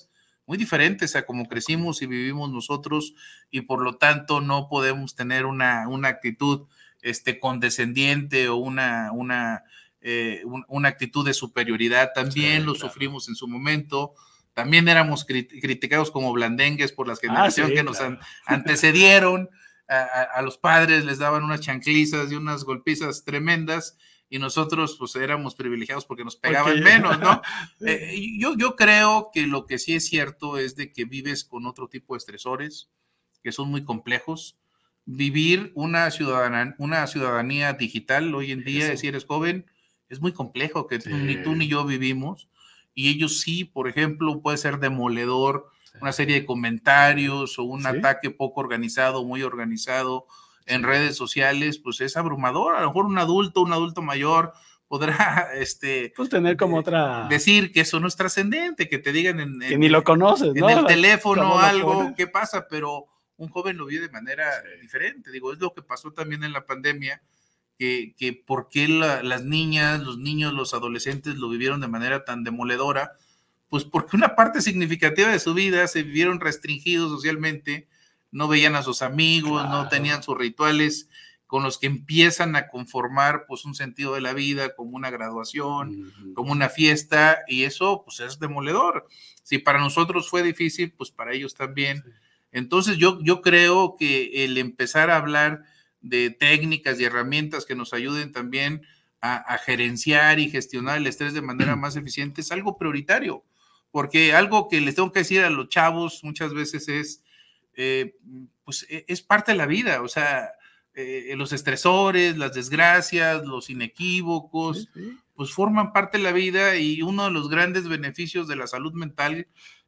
muy diferentes a como crecimos y vivimos nosotros, y por lo tanto no podemos tener una, una actitud este, condescendiente o una, una, eh, un, una actitud de superioridad. También sí, lo claro. sufrimos en su momento. También éramos crit- criticados como blandengues por las generaciones ah, sí, que nos claro. an- antecedieron. A, a, a los padres les daban unas chanclizas y unas golpizas tremendas, y nosotros pues éramos privilegiados porque nos pegaban okay. menos, ¿no? eh, yo, yo creo que lo que sí es cierto es de que vives con otro tipo de estresores que son muy complejos. Vivir una ciudadanía, una ciudadanía digital hoy en día, Eso. si eres joven, es muy complejo, que sí. ni tú ni yo vivimos, y ellos sí, por ejemplo, puede ser demoledor sí. una serie de comentarios o un ¿Sí? ataque poco organizado, muy organizado en redes sociales, pues es abrumador. A lo mejor un adulto, un adulto mayor podrá este, pues tener como otra... decir que eso no es trascendente, que te digan en, que en, ni lo conoces, en ¿no? el teléfono algo, ¿qué pasa? Pero un joven lo vive de manera sí. diferente. Digo, es lo que pasó también en la pandemia, que, que por qué la, las niñas, los niños, los adolescentes lo vivieron de manera tan demoledora, pues porque una parte significativa de su vida se vivieron restringidos socialmente, no veían a sus amigos, claro. no tenían sus rituales con los que empiezan a conformar pues un sentido de la vida, como una graduación, uh-huh. como una fiesta, y eso pues es demoledor. Si para nosotros fue difícil, pues para ellos también. Sí. Entonces yo, yo creo que el empezar a hablar de técnicas y herramientas que nos ayuden también a, a gerenciar y gestionar el estrés de manera más eficiente es algo prioritario, porque algo que les tengo que decir a los chavos muchas veces es, eh, pues es parte de la vida, o sea, eh, los estresores, las desgracias, los inequívocos, sí, sí. pues forman parte de la vida, y uno de los grandes beneficios de la salud mental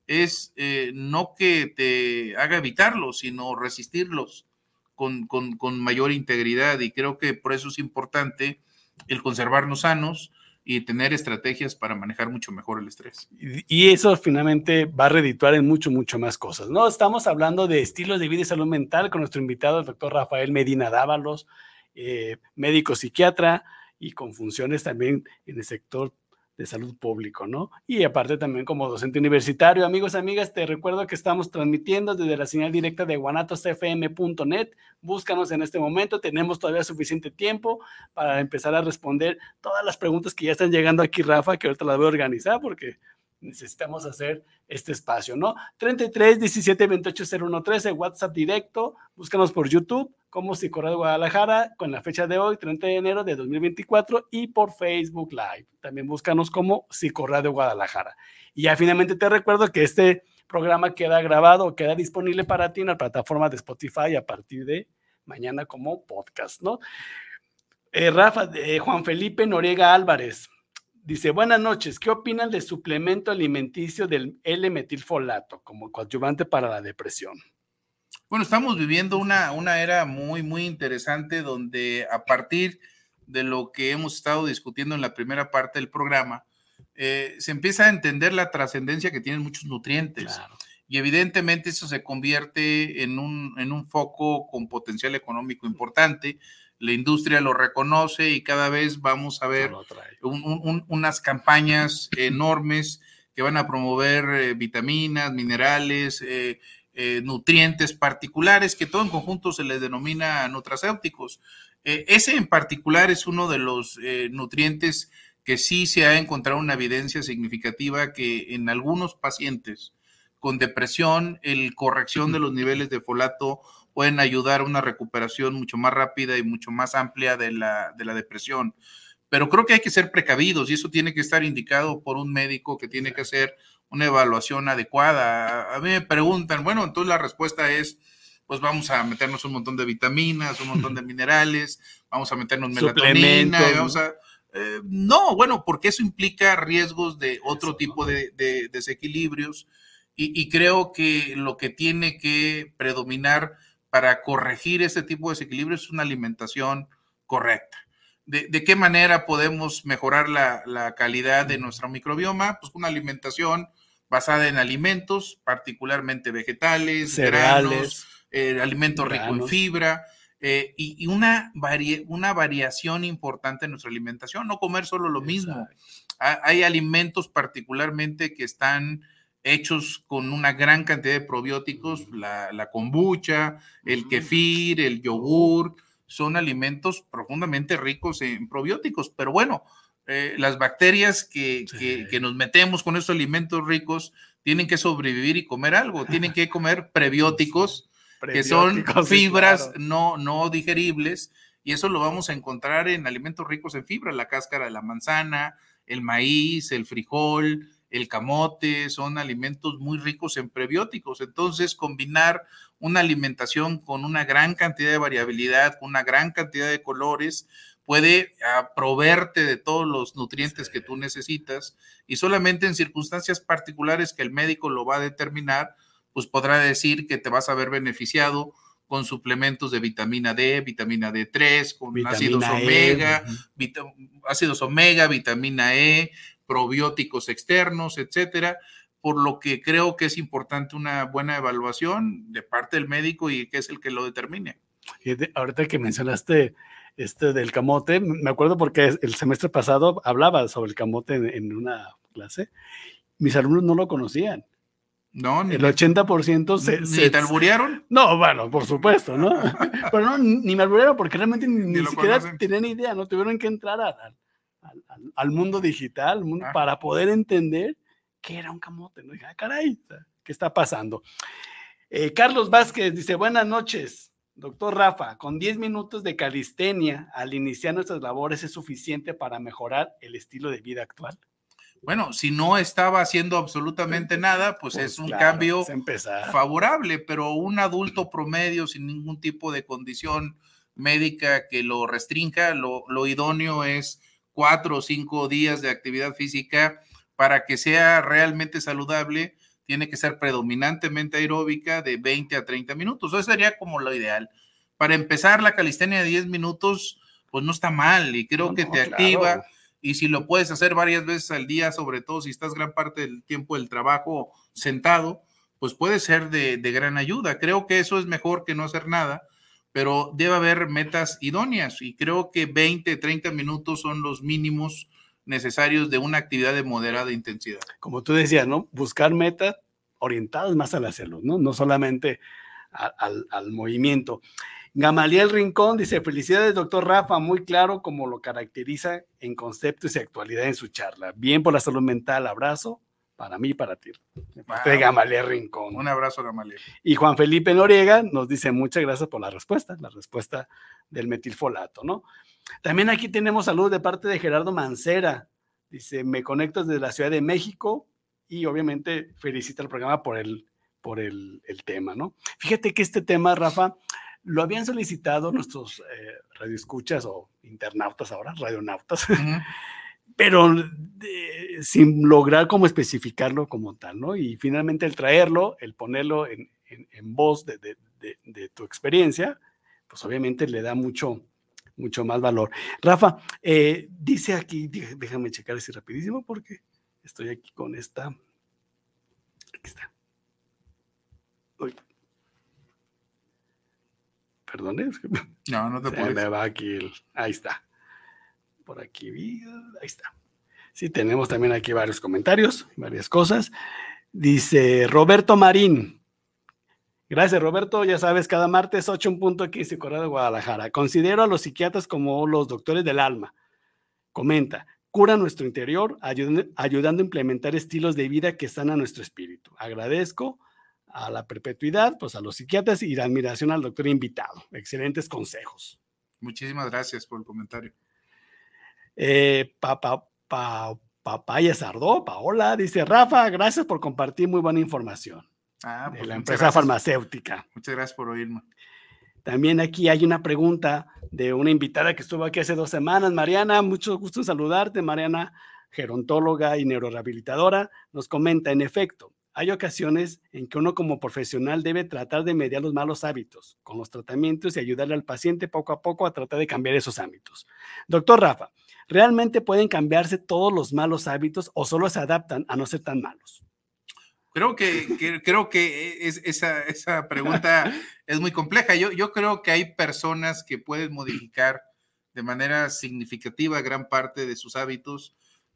es eh, no que te haga evitarlos, sino resistirlos con, con, con mayor integridad, y creo que por eso es importante el conservarnos sanos y tener estrategias para manejar mucho mejor el estrés. Y, y eso finalmente va a redituar en mucho, mucho más cosas, ¿no? Estamos hablando de estilos de vida y salud mental con nuestro invitado, el doctor Rafael Medina Dávalos, eh, médico psiquiatra y con funciones también en el sector de salud público, ¿no? Y aparte también como docente universitario. Amigos, amigas, te recuerdo que estamos transmitiendo desde la señal directa de guanatos f m punto net. Búscanos en este momento, tenemos todavía suficiente tiempo para empezar a responder todas las preguntas que ya están llegando aquí, Rafa, que ahorita las voy a organizar porque necesitamos hacer este espacio, ¿no? treinta y tres, diecisiete, veintiocho, cero uno, trece, WhatsApp directo, búscanos por YouTube como Psicorradio Guadalajara con la fecha de hoy, treinta de enero de dos mil veinticuatro, y por Facebook Live. También búscanos como Psicorradio Guadalajara. Y ya finalmente te recuerdo que este programa queda grabado, queda disponible para ti en la plataforma de Spotify a partir de mañana como podcast, ¿no? Eh, Rafa, eh, Juan Felipe Noriega Álvarez dice, buenas noches, ¿qué opinan del suplemento alimenticio del L-metilfolato como coadyuvante para la depresión? Bueno, estamos viviendo una, una era muy, muy interesante donde a partir de lo que hemos estado discutiendo en la primera parte del programa, eh, se empieza a entender la trascendencia que tienen muchos nutrientes. Claro. Y evidentemente eso se convierte en un, en un foco con potencial económico importante. La industria lo reconoce y cada vez vamos a ver un, un, unas campañas enormes que van a promover eh, vitaminas, minerales, eh, eh, nutrientes particulares, que todo en conjunto se les denomina nutracéuticos. Eh, ese en particular es uno de los eh, nutrientes que sí se ha encontrado una evidencia significativa que en algunos pacientes con depresión, el corrección de los niveles de folato pueden ayudar a una recuperación mucho más rápida y mucho más amplia de la, de la depresión. Pero creo que hay que ser precavidos y eso tiene que estar indicado por un médico que tiene que hacer una evaluación adecuada. A mí me preguntan, bueno, entonces la respuesta es, pues vamos a meternos un montón de vitaminas, un montón de minerales, vamos a meternos melatonina, vamos a... Eh, no, bueno, porque eso implica riesgos de otro tipo de, de desequilibrios y, y creo que lo que tiene que predominar para corregir ese tipo de desequilibrios es una alimentación correcta. ¿De, de qué manera podemos mejorar la, la calidad de nuestro microbioma? Pues una alimentación basada en alimentos, particularmente vegetales, cereales, granos, eh, alimentos ricos en fibra, eh, y, y una, vari, una variación importante en nuestra alimentación, no comer solo lo mismo. Hay, hay alimentos particularmente que están hechos con una gran cantidad de probióticos, la, la kombucha, el kefir, el yogur, son alimentos profundamente ricos en probióticos, pero bueno, eh, las bacterias que, sí. que, que nos metemos con estos alimentos ricos tienen que sobrevivir y comer algo, tienen que comer prebióticos, sí. que son fibras sí, claro. no, no digeribles, y eso lo vamos a encontrar en alimentos ricos en fibra, la cáscara de la manzana, el maíz, el frijol, el camote, son alimentos muy ricos en prebióticos. Entonces, combinar una alimentación con una gran cantidad de variabilidad, con una gran cantidad de colores, puede uh, proveerte de todos los nutrientes sí. que tú necesitas, y solamente en circunstancias particulares que el médico lo va a determinar, pues podrá decir que te vas a ver beneficiado con suplementos de vitamina D, vitamina D tres, con vitamina ácidos e. omega, uh-huh. vita, ácidos omega, vitamina E, probióticos externos, etcétera, por lo que creo que es importante una buena evaluación de parte del médico y que es el que lo determine. Ahorita que mencionaste este del camote, me acuerdo porque el semestre pasado hablaba sobre el camote en, en una clase, mis alumnos no lo conocían. No, ni el ochenta por ciento se... ¿Ni se, te alburearon? No, bueno, por supuesto, ¿no? Pero no, ni me alburearon porque realmente ni, ni, ni siquiera conocen. Tenían idea, ¿no? Tuvieron que entrar a, a, al, al, al mundo digital mundo, ah. para poder entender qué era un camote, ¿no? Dije, ah, caray, ¿qué está pasando? Eh, Carlos Vázquez dice, buenas noches, doctor Rafa, con diez minutos de calistenia al iniciar nuestras labores es suficiente para mejorar el estilo de vida actual. Bueno, si no estaba haciendo absolutamente nada, pues, pues es un claro, cambio favorable, pero un adulto promedio sin ningún tipo de condición médica que lo restrinja, lo, lo idóneo es cuatro o cinco días de actividad física para que sea realmente saludable. Tiene que ser predominantemente aeróbica de veinte a treinta minutos. Eso sería como lo ideal. Para empezar la calistenia de diez minutos, pues no está mal y creo no, que no, te claro. activa. Y si lo puedes hacer varias veces al día, sobre todo si estás gran parte del tiempo del trabajo sentado, pues puede ser de, de gran ayuda. Creo que eso es mejor que no hacer nada, pero debe haber metas idóneas y creo que veinte, treinta minutos son los mínimos necesarios de una actividad de moderada intensidad. Como tú decías, ¿no? Buscar metas orientadas más a la salud, ¿no? No solamente a, al, al movimiento. Gamaliel Rincón dice, felicidades doctor Rafa, muy claro como lo caracteriza en conceptos y actualidad en su charla. Bien por la salud mental, abrazo para mí y para ti. Wow. De Gamaliel Rincón. Un abrazo, Gamaliel. Y Juan Felipe Noriega nos dice, muchas gracias por la respuesta, la respuesta del metilfolato, ¿no? También aquí tenemos saludos de parte de Gerardo Mancera. Dice, me conecto desde la Ciudad de México y obviamente felicita el programa por el, por el, el tema, ¿no? Fíjate que este tema, Rafa, lo habían solicitado nuestros eh, radioescuchas o internautas ahora, radionautas, uh-huh. pero de, sin lograr como especificarlo como tal, ¿no? Y finalmente el traerlo, el ponerlo en, en, en voz de, de, de, de tu experiencia, pues obviamente le da mucho, mucho más valor. Rafa, eh, dice aquí, déjame checar ese rapidísimo porque estoy aquí con esta, aquí está. Uy. Perdón, es que no, no te puedes. Me va aquí el, ahí está. Por aquí, ahí está. Sí, tenemos también aquí varios comentarios, varias cosas. Dice Roberto Marín. Gracias, Roberto. Ya sabes, cada martes ocho en punto aquí en Psicorradio de Guadalajara. Considero a los psiquiatras como los doctores del alma. Comenta, cura nuestro interior, ayudando, ayudando a implementar estilos de vida que sanan nuestro espíritu. Agradezco a la perpetuidad, pues a los psiquiatras y la admiración al doctor invitado. Excelentes consejos. Muchísimas gracias por el comentario. Eh, pa, pa, pa, Papaya Sardó, Paola, dice, Rafa, gracias por compartir muy buena información. Ah, pues de la empresa gracias. farmacéutica. Muchas gracias por oírme. También aquí hay una pregunta de una invitada que estuvo aquí hace dos semanas, Mariana, mucho gusto en saludarte, Mariana, gerontóloga y neurorehabilitadora, nos comenta, en efecto, hay ocasiones en que uno como profesional debe tratar de mediar los malos hábitos con los tratamientos y ayudarle al paciente poco a poco a tratar de cambiar esos hábitos. Doctor Rafa, ¿realmente pueden cambiarse todos los malos hábitos o solo se adaptan a no ser tan malos? Creo que, que, creo que es, esa, esa pregunta es muy compleja. Yo, yo creo que hay personas que pueden modificar de manera significativa gran parte de sus hábitos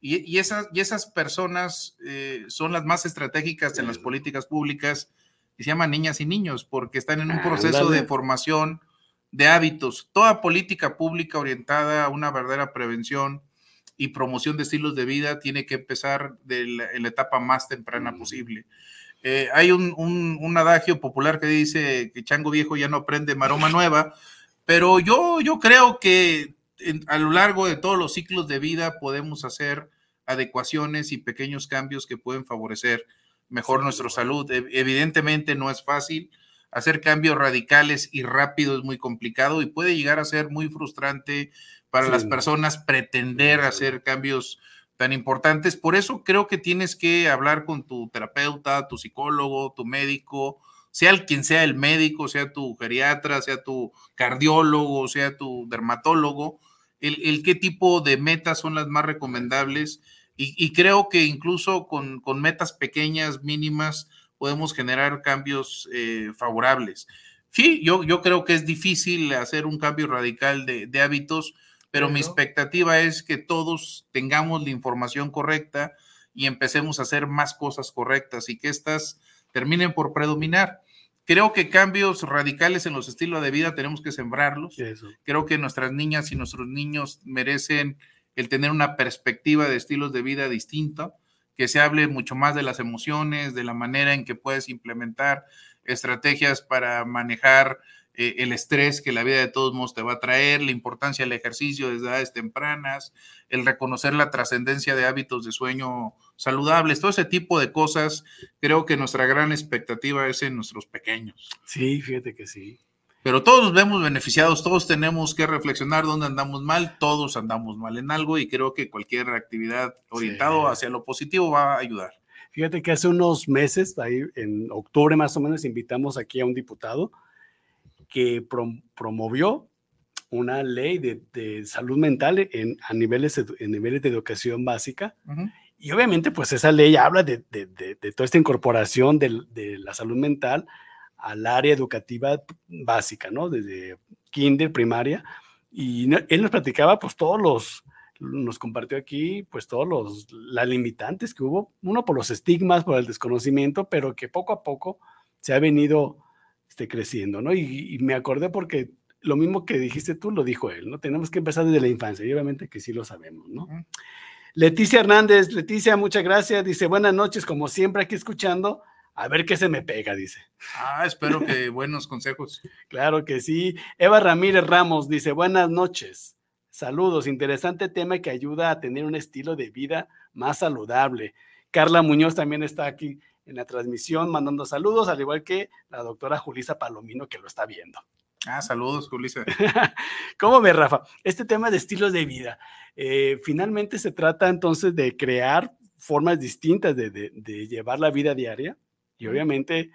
Y, y, esas, y esas personas eh, son las más estratégicas en las políticas públicas, que se llaman niñas y niños, porque están en un proceso de formación de hábitos. Toda política pública orientada a una verdadera prevención y promoción de estilos de vida tiene que empezar de la, en la etapa más temprana posible. Eh, hay un, un, un adagio popular que dice que chango viejo ya no aprende maroma nueva, pero yo, yo creo que en, a lo largo de todos los ciclos de vida podemos hacer adecuaciones y pequeños cambios que pueden favorecer mejor sí, nuestra salud. Evidentemente no es fácil. Hacer cambios radicales y rápidos es muy complicado y puede llegar a ser muy frustrante para sí, las personas pretender sí, hacer cambios tan importantes. Por eso creo que tienes que hablar con tu terapeuta, tu psicólogo, tu médico, sea el quien sea el médico, sea tu geriatra, sea tu cardiólogo, sea tu dermatólogo, el, el qué tipo de metas son las más recomendables. Y, y creo que incluso con, con metas pequeñas, mínimas, podemos generar cambios eh, favorables. Sí, yo, yo creo que es difícil hacer un cambio radical de, de hábitos, pero, pero mi expectativa es que todos tengamos la información correcta y empecemos a hacer más cosas correctas y que estas terminen por predominar. Creo que cambios radicales en los estilos de vida tenemos que sembrarlos. Eso. Creo que nuestras niñas y nuestros niños merecen el tener una perspectiva de estilos de vida distinta, que se hable mucho más de las emociones, de la manera en que puedes implementar estrategias para manejar eh, el estrés que la vida de todos modos te va a traer, la importancia del ejercicio desde edades tempranas, el reconocer la trascendencia de hábitos de sueño saludables, todo ese tipo de cosas. Creo que nuestra gran expectativa es en nuestros pequeños. Sí, fíjate que sí. Pero todos nos vemos beneficiados, todos tenemos que reflexionar dónde andamos mal, todos andamos mal en algo y creo que cualquier actividad orientada sí. hacia lo positivo va a ayudar. Fíjate que hace unos meses, ahí en octubre más o menos, invitamos aquí a un diputado que prom promovió una ley de, de salud mental en, a niveles, en niveles de educación básica. Uh-huh. Y obviamente pues esa ley habla de, de, de, de toda esta incorporación de, de la salud mental al área educativa básica, ¿no? Desde kinder, primaria, y no, él nos platicaba, pues, todos los, nos compartió aquí, pues, todos los, las limitantes que hubo, uno por los estigmas, por el desconocimiento, pero que poco a poco se ha venido este, creciendo, ¿no? Y, y me acordé porque lo mismo que dijiste tú, lo dijo él, ¿no? Tenemos que empezar desde la infancia, y obviamente que sí lo sabemos, ¿no? Uh-huh. Leticia Hernández, Leticia, muchas gracias, dice, buenas noches, como siempre aquí escuchando, a ver qué se me pega, dice. Ah, espero que buenos consejos. Claro que sí. Eva Ramírez Ramos dice, buenas noches. Saludos, interesante tema que ayuda a tener un estilo de vida más saludable. Carla Muñoz también está aquí en la transmisión mandando saludos, al igual que la doctora Julisa Palomino que lo está viendo. Ah, saludos, Julisa. ¿Cómo ves, Rafa? Este tema de estilos de vida, eh, finalmente se trata entonces de crear formas distintas de, de, de llevar la vida diaria. Y obviamente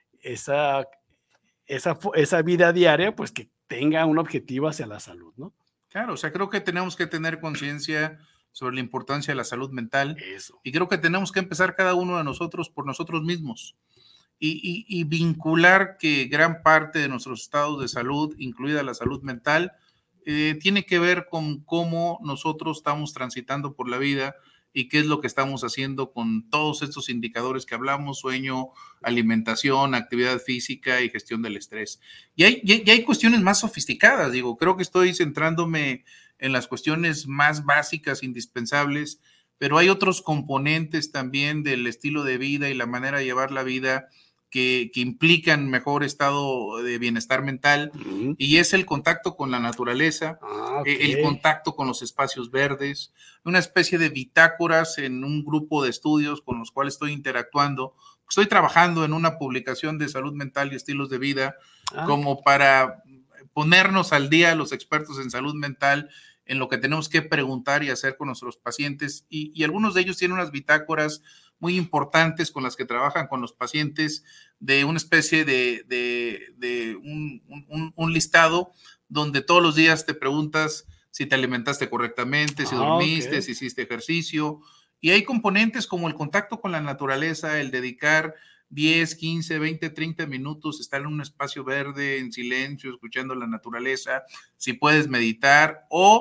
esa, esa, esa vida diaria, pues que tenga un objetivo hacia la salud, ¿no? Claro, o sea, creo que tenemos que tener conciencia sobre la importancia de la salud mental. Eso. Y creo que tenemos que empezar cada uno de nosotros por nosotros mismos. Y, y, y vincular que gran parte de nuestros estados de salud, incluida la salud mental, eh, tiene que ver con cómo nosotros estamos transitando por la vida y qué es lo que estamos haciendo con todos estos indicadores que hablamos, sueño, alimentación, actividad física y gestión del estrés. Y hay, y hay cuestiones más sofisticadas, digo, creo que estoy centrándome en las cuestiones más básicas, indispensables, pero hay otros componentes también del estilo de vida y la manera de llevar la vida que, que implican mejor estado de bienestar mental, uh-huh. y es el contacto con la naturaleza, ah, okay. el contacto con los espacios verdes, una especie de bitácoras en un grupo de estudios con los cuales estoy interactuando. Estoy trabajando en una publicación de salud mental y estilos de vida, ah. como para ponernos al día los expertos en salud mental en lo que tenemos que preguntar y hacer con nuestros pacientes, y, y algunos de ellos tienen unas bitácoras muy importantes con las que trabajan con los pacientes, de una especie de, de, de un, un, un listado donde todos los días te preguntas si te alimentaste correctamente, si ah, dormiste, okay. si hiciste ejercicio, y hay componentes como el contacto con la naturaleza, el dedicar diez, quince, veinte, treinta minutos, estar en un espacio verde, en silencio, escuchando la naturaleza, si puedes meditar, o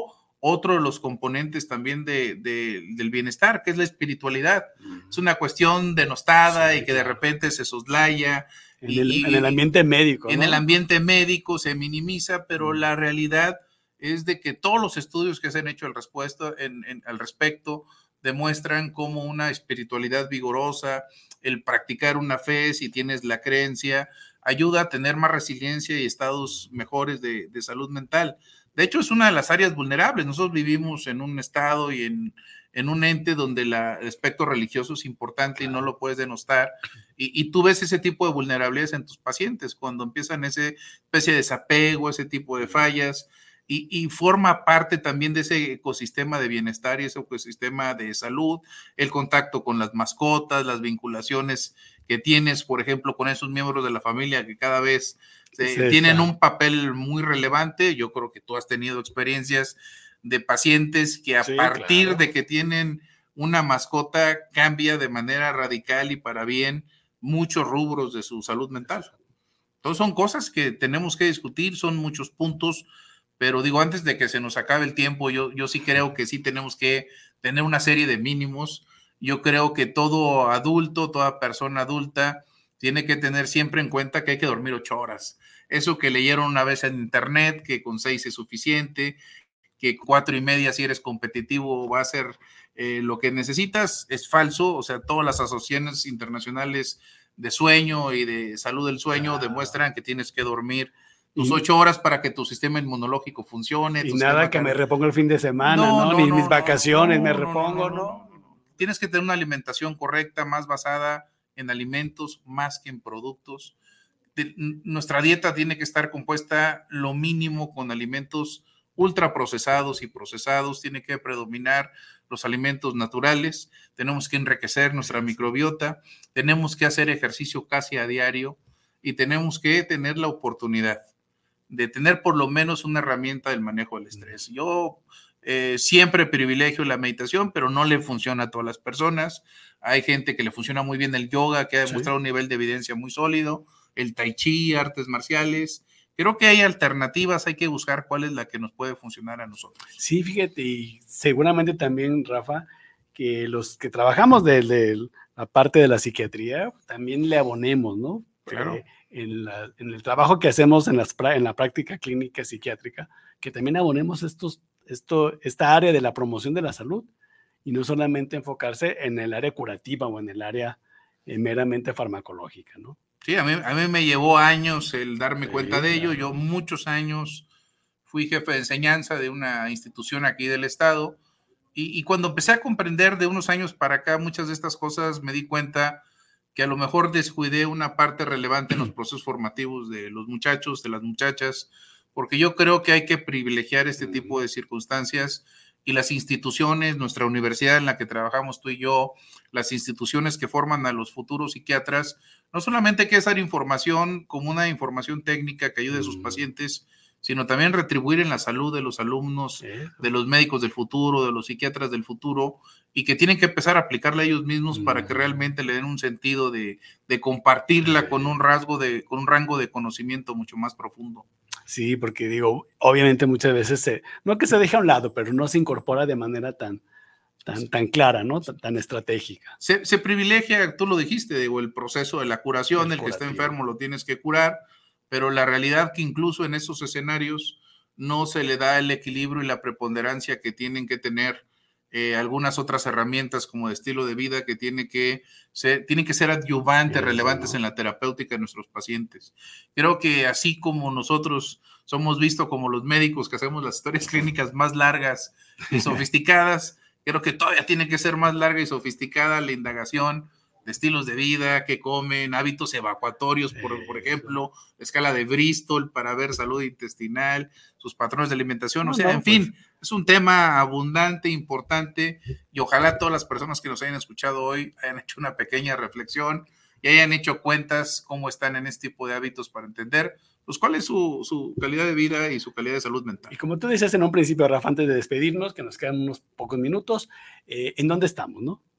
otro de los componentes también de, de, del bienestar, que es la espiritualidad. Uh-huh. Es una cuestión denostada sí, y que claro. de repente se soslaya. En, y, el, en el ambiente médico. En ¿no? el ambiente médico se minimiza, pero uh-huh. la realidad es de que todos los estudios que se han hecho al, respuesto, en, en, al respecto demuestran cómo una espiritualidad vigorosa, el practicar una fe, si tienes la creencia, ayuda a tener más resiliencia y estados mejores de, de salud mental. De hecho, es una de las áreas vulnerables. Nosotros vivimos en un estado y en, en un ente donde la, el aspecto religioso es importante y no lo puedes denostar. Y, y tú ves ese tipo de vulnerabilidades en tus pacientes cuando empiezan esa especie de desapego, ese tipo de fallas. Y, y forma parte también de ese ecosistema de bienestar y ese ecosistema de salud, el contacto con las mascotas, las vinculaciones que tienes, por ejemplo, con esos miembros de la familia que cada vez eh, sí, tienen un papel muy relevante. Yo creo que tú has tenido experiencias de pacientes que a sí, partir claro. de que tienen una mascota cambia de manera radical y para bien muchos rubros de su salud mental. Entonces son cosas que tenemos que discutir, son muchos puntos. Pero digo, antes de que se nos acabe el tiempo, yo, yo sí creo que sí tenemos que tener una serie de mínimos. Yo creo que todo adulto, toda persona adulta, tiene que tener siempre en cuenta que hay que dormir ocho horas. Eso que leyeron una vez en internet, que con seis es suficiente, que cuatro y media si eres competitivo va a ser eh, lo que necesitas, es falso. O sea, todas las asociaciones internacionales de sueño y de salud del sueño demuestran que tienes que dormir tus ocho horas para que tu sistema inmunológico funcione. Y nada que me repongo el fin de semana, ¿no? no, no Ni no, mis vacaciones no, me repongo, no, no, no, no. Tienes que tener una alimentación correcta, más basada en alimentos más que en productos. De, nuestra dieta tiene que estar compuesta lo mínimo con alimentos ultraprocesados y procesados. Tiene que predominar los alimentos naturales. Tenemos que enriquecer nuestra microbiota. Tenemos que hacer ejercicio casi a diario y tenemos que tener la oportunidad de tener por lo menos una herramienta del manejo del estrés. Yo eh, siempre privilegio la meditación, pero no le funciona a todas las personas. Hay gente que le funciona muy bien el yoga, que ha demostrado sí. un nivel de evidencia muy sólido, el tai chi, artes marciales. Creo que hay alternativas, hay que buscar cuál es la que nos puede funcionar a nosotros. Sí, fíjate, y seguramente también, Rafa, que los que trabajamos desde de la parte de la psiquiatría, también le abonemos, ¿no? Claro. Eh, en, la, en el trabajo que hacemos en, las, en la práctica clínica psiquiátrica, que también abonemos estos, esto, esta área de la promoción de la salud y no solamente enfocarse en el área curativa o en el área eh, meramente farmacológica, ¿no? Sí, a mí, a mí me llevó años el darme sí, cuenta de ello. Claro. Yo muchos años fui jefe de enseñanza de una institución aquí del estado y, y cuando empecé a comprender de unos años para acá muchas de estas cosas me di cuenta que a lo mejor descuidé una parte relevante en los procesos formativos de los muchachos, de las muchachas, porque yo creo que hay que privilegiar este tipo de circunstancias y las instituciones, nuestra universidad en la que trabajamos tú y yo, las instituciones que forman a los futuros psiquiatras, no solamente hay que dar información como una información técnica que ayude a sus pacientes, sino también retribuir en la salud de los alumnos, de los médicos del futuro, de los psiquiatras del futuro, y que tienen que empezar a aplicarla a ellos mismos mm. para que realmente le den un sentido de, de compartirla con un rasgo de, con un rango de conocimiento mucho más profundo. Sí, porque digo, obviamente muchas veces se, no que se deja a un lado, pero no se incorpora de manera tan, tan, tan clara, ¿no? Tan, tan estratégica. Se, se privilegia, tú lo dijiste, digo, el proceso de la curación, el, el que está enfermo lo tienes que curar, pero la realidad que incluso en esos escenarios no se le da el equilibrio y la preponderancia que tienen que tener eh, algunas otras herramientas como de estilo de vida que, tiene que ser, tienen que ser adyuvantes, sí, relevantes ¿no? en la terapéutica de nuestros pacientes. Creo que así como nosotros somos vistos como los médicos que hacemos las historias clínicas más largas y sofisticadas, creo que todavía tiene que ser más larga y sofisticada la indagación de estilos de vida, que comen, hábitos evacuatorios, por, por ejemplo, escala de Bristol para ver salud intestinal, sus patrones de alimentación, no, o sea, no, en pues. fin, es un tema abundante, importante, y ojalá todas las personas que nos hayan escuchado hoy hayan hecho una pequeña reflexión y hayan hecho cuentas cómo están en este tipo de hábitos para entender pues cuál es su, su calidad de vida y su calidad de salud mental. Y como tú dices en un principio, Rafa, antes de despedirnos, que nos quedan unos pocos minutos, eh, ¿en dónde estamos, no?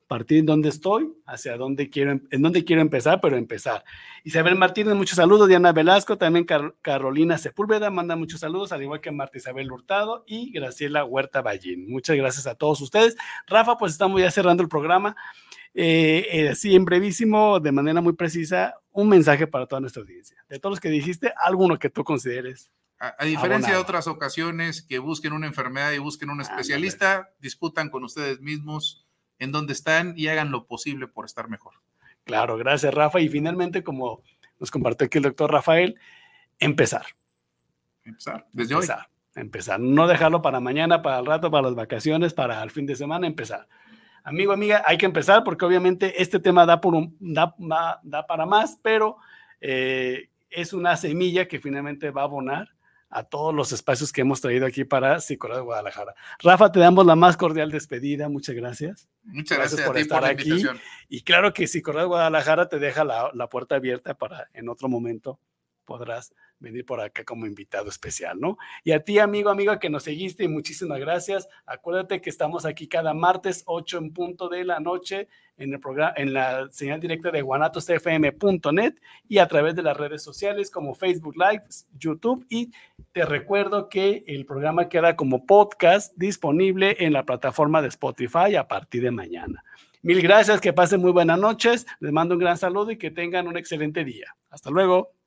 partir de donde estoy, hacia dónde quiero, en dónde quiero empezar, pero empezar. Isabel Martínez, muchos saludos. Diana Velasco, también Car Carolina Sepúlveda, manda muchos saludos, al igual que Marta Isabel Hurtado y Graciela Huerta Ballín. Muchas gracias a todos ustedes. Rafa, pues estamos ya cerrando el programa. Eh, eh, sí, en brevísimo, de manera muy precisa, un mensaje para toda nuestra audiencia. De todos los que dijiste, alguno que tú consideres. A, a diferencia abonado. de otras ocasiones, que busquen una enfermedad y busquen un especialista, ah, discutan con ustedes mismos en dónde están y hagan lo posible por estar mejor. Claro, gracias, Rafa. Y finalmente, como nos compartió aquí el doctor Rafael, empezar. Empezar, desde empezar, hoy. Empezar, no dejarlo para mañana, para el rato, para las vacaciones, para el fin de semana, empezar. Amigo, amiga, hay que empezar porque obviamente este tema da, por un, da, da, da para más, pero eh, es una semilla que finalmente va a abonar a todos los espacios que hemos traído aquí para Psicorradio Guadalajara. Rafa, te damos la más cordial despedida. Muchas gracias. Muchas gracias, gracias por a ti estar por la aquí. Invitación. Y claro que Psicorradio Guadalajara te deja la, la puerta abierta para en otro momento podrás venir por acá como invitado especial, ¿no? Y a ti, amigo, amiga, que nos seguiste, y muchísimas gracias. Acuérdate que estamos aquí cada martes, ocho en punto de la noche, en el programa, en la señal directa de guanatos f m punto net y a través de las redes sociales como Facebook Live, YouTube, y te recuerdo que el programa queda como podcast disponible en la plataforma de Spotify a partir de mañana. Mil gracias, que pasen muy buenas noches, les mando un gran saludo y que tengan un excelente día. Hasta luego.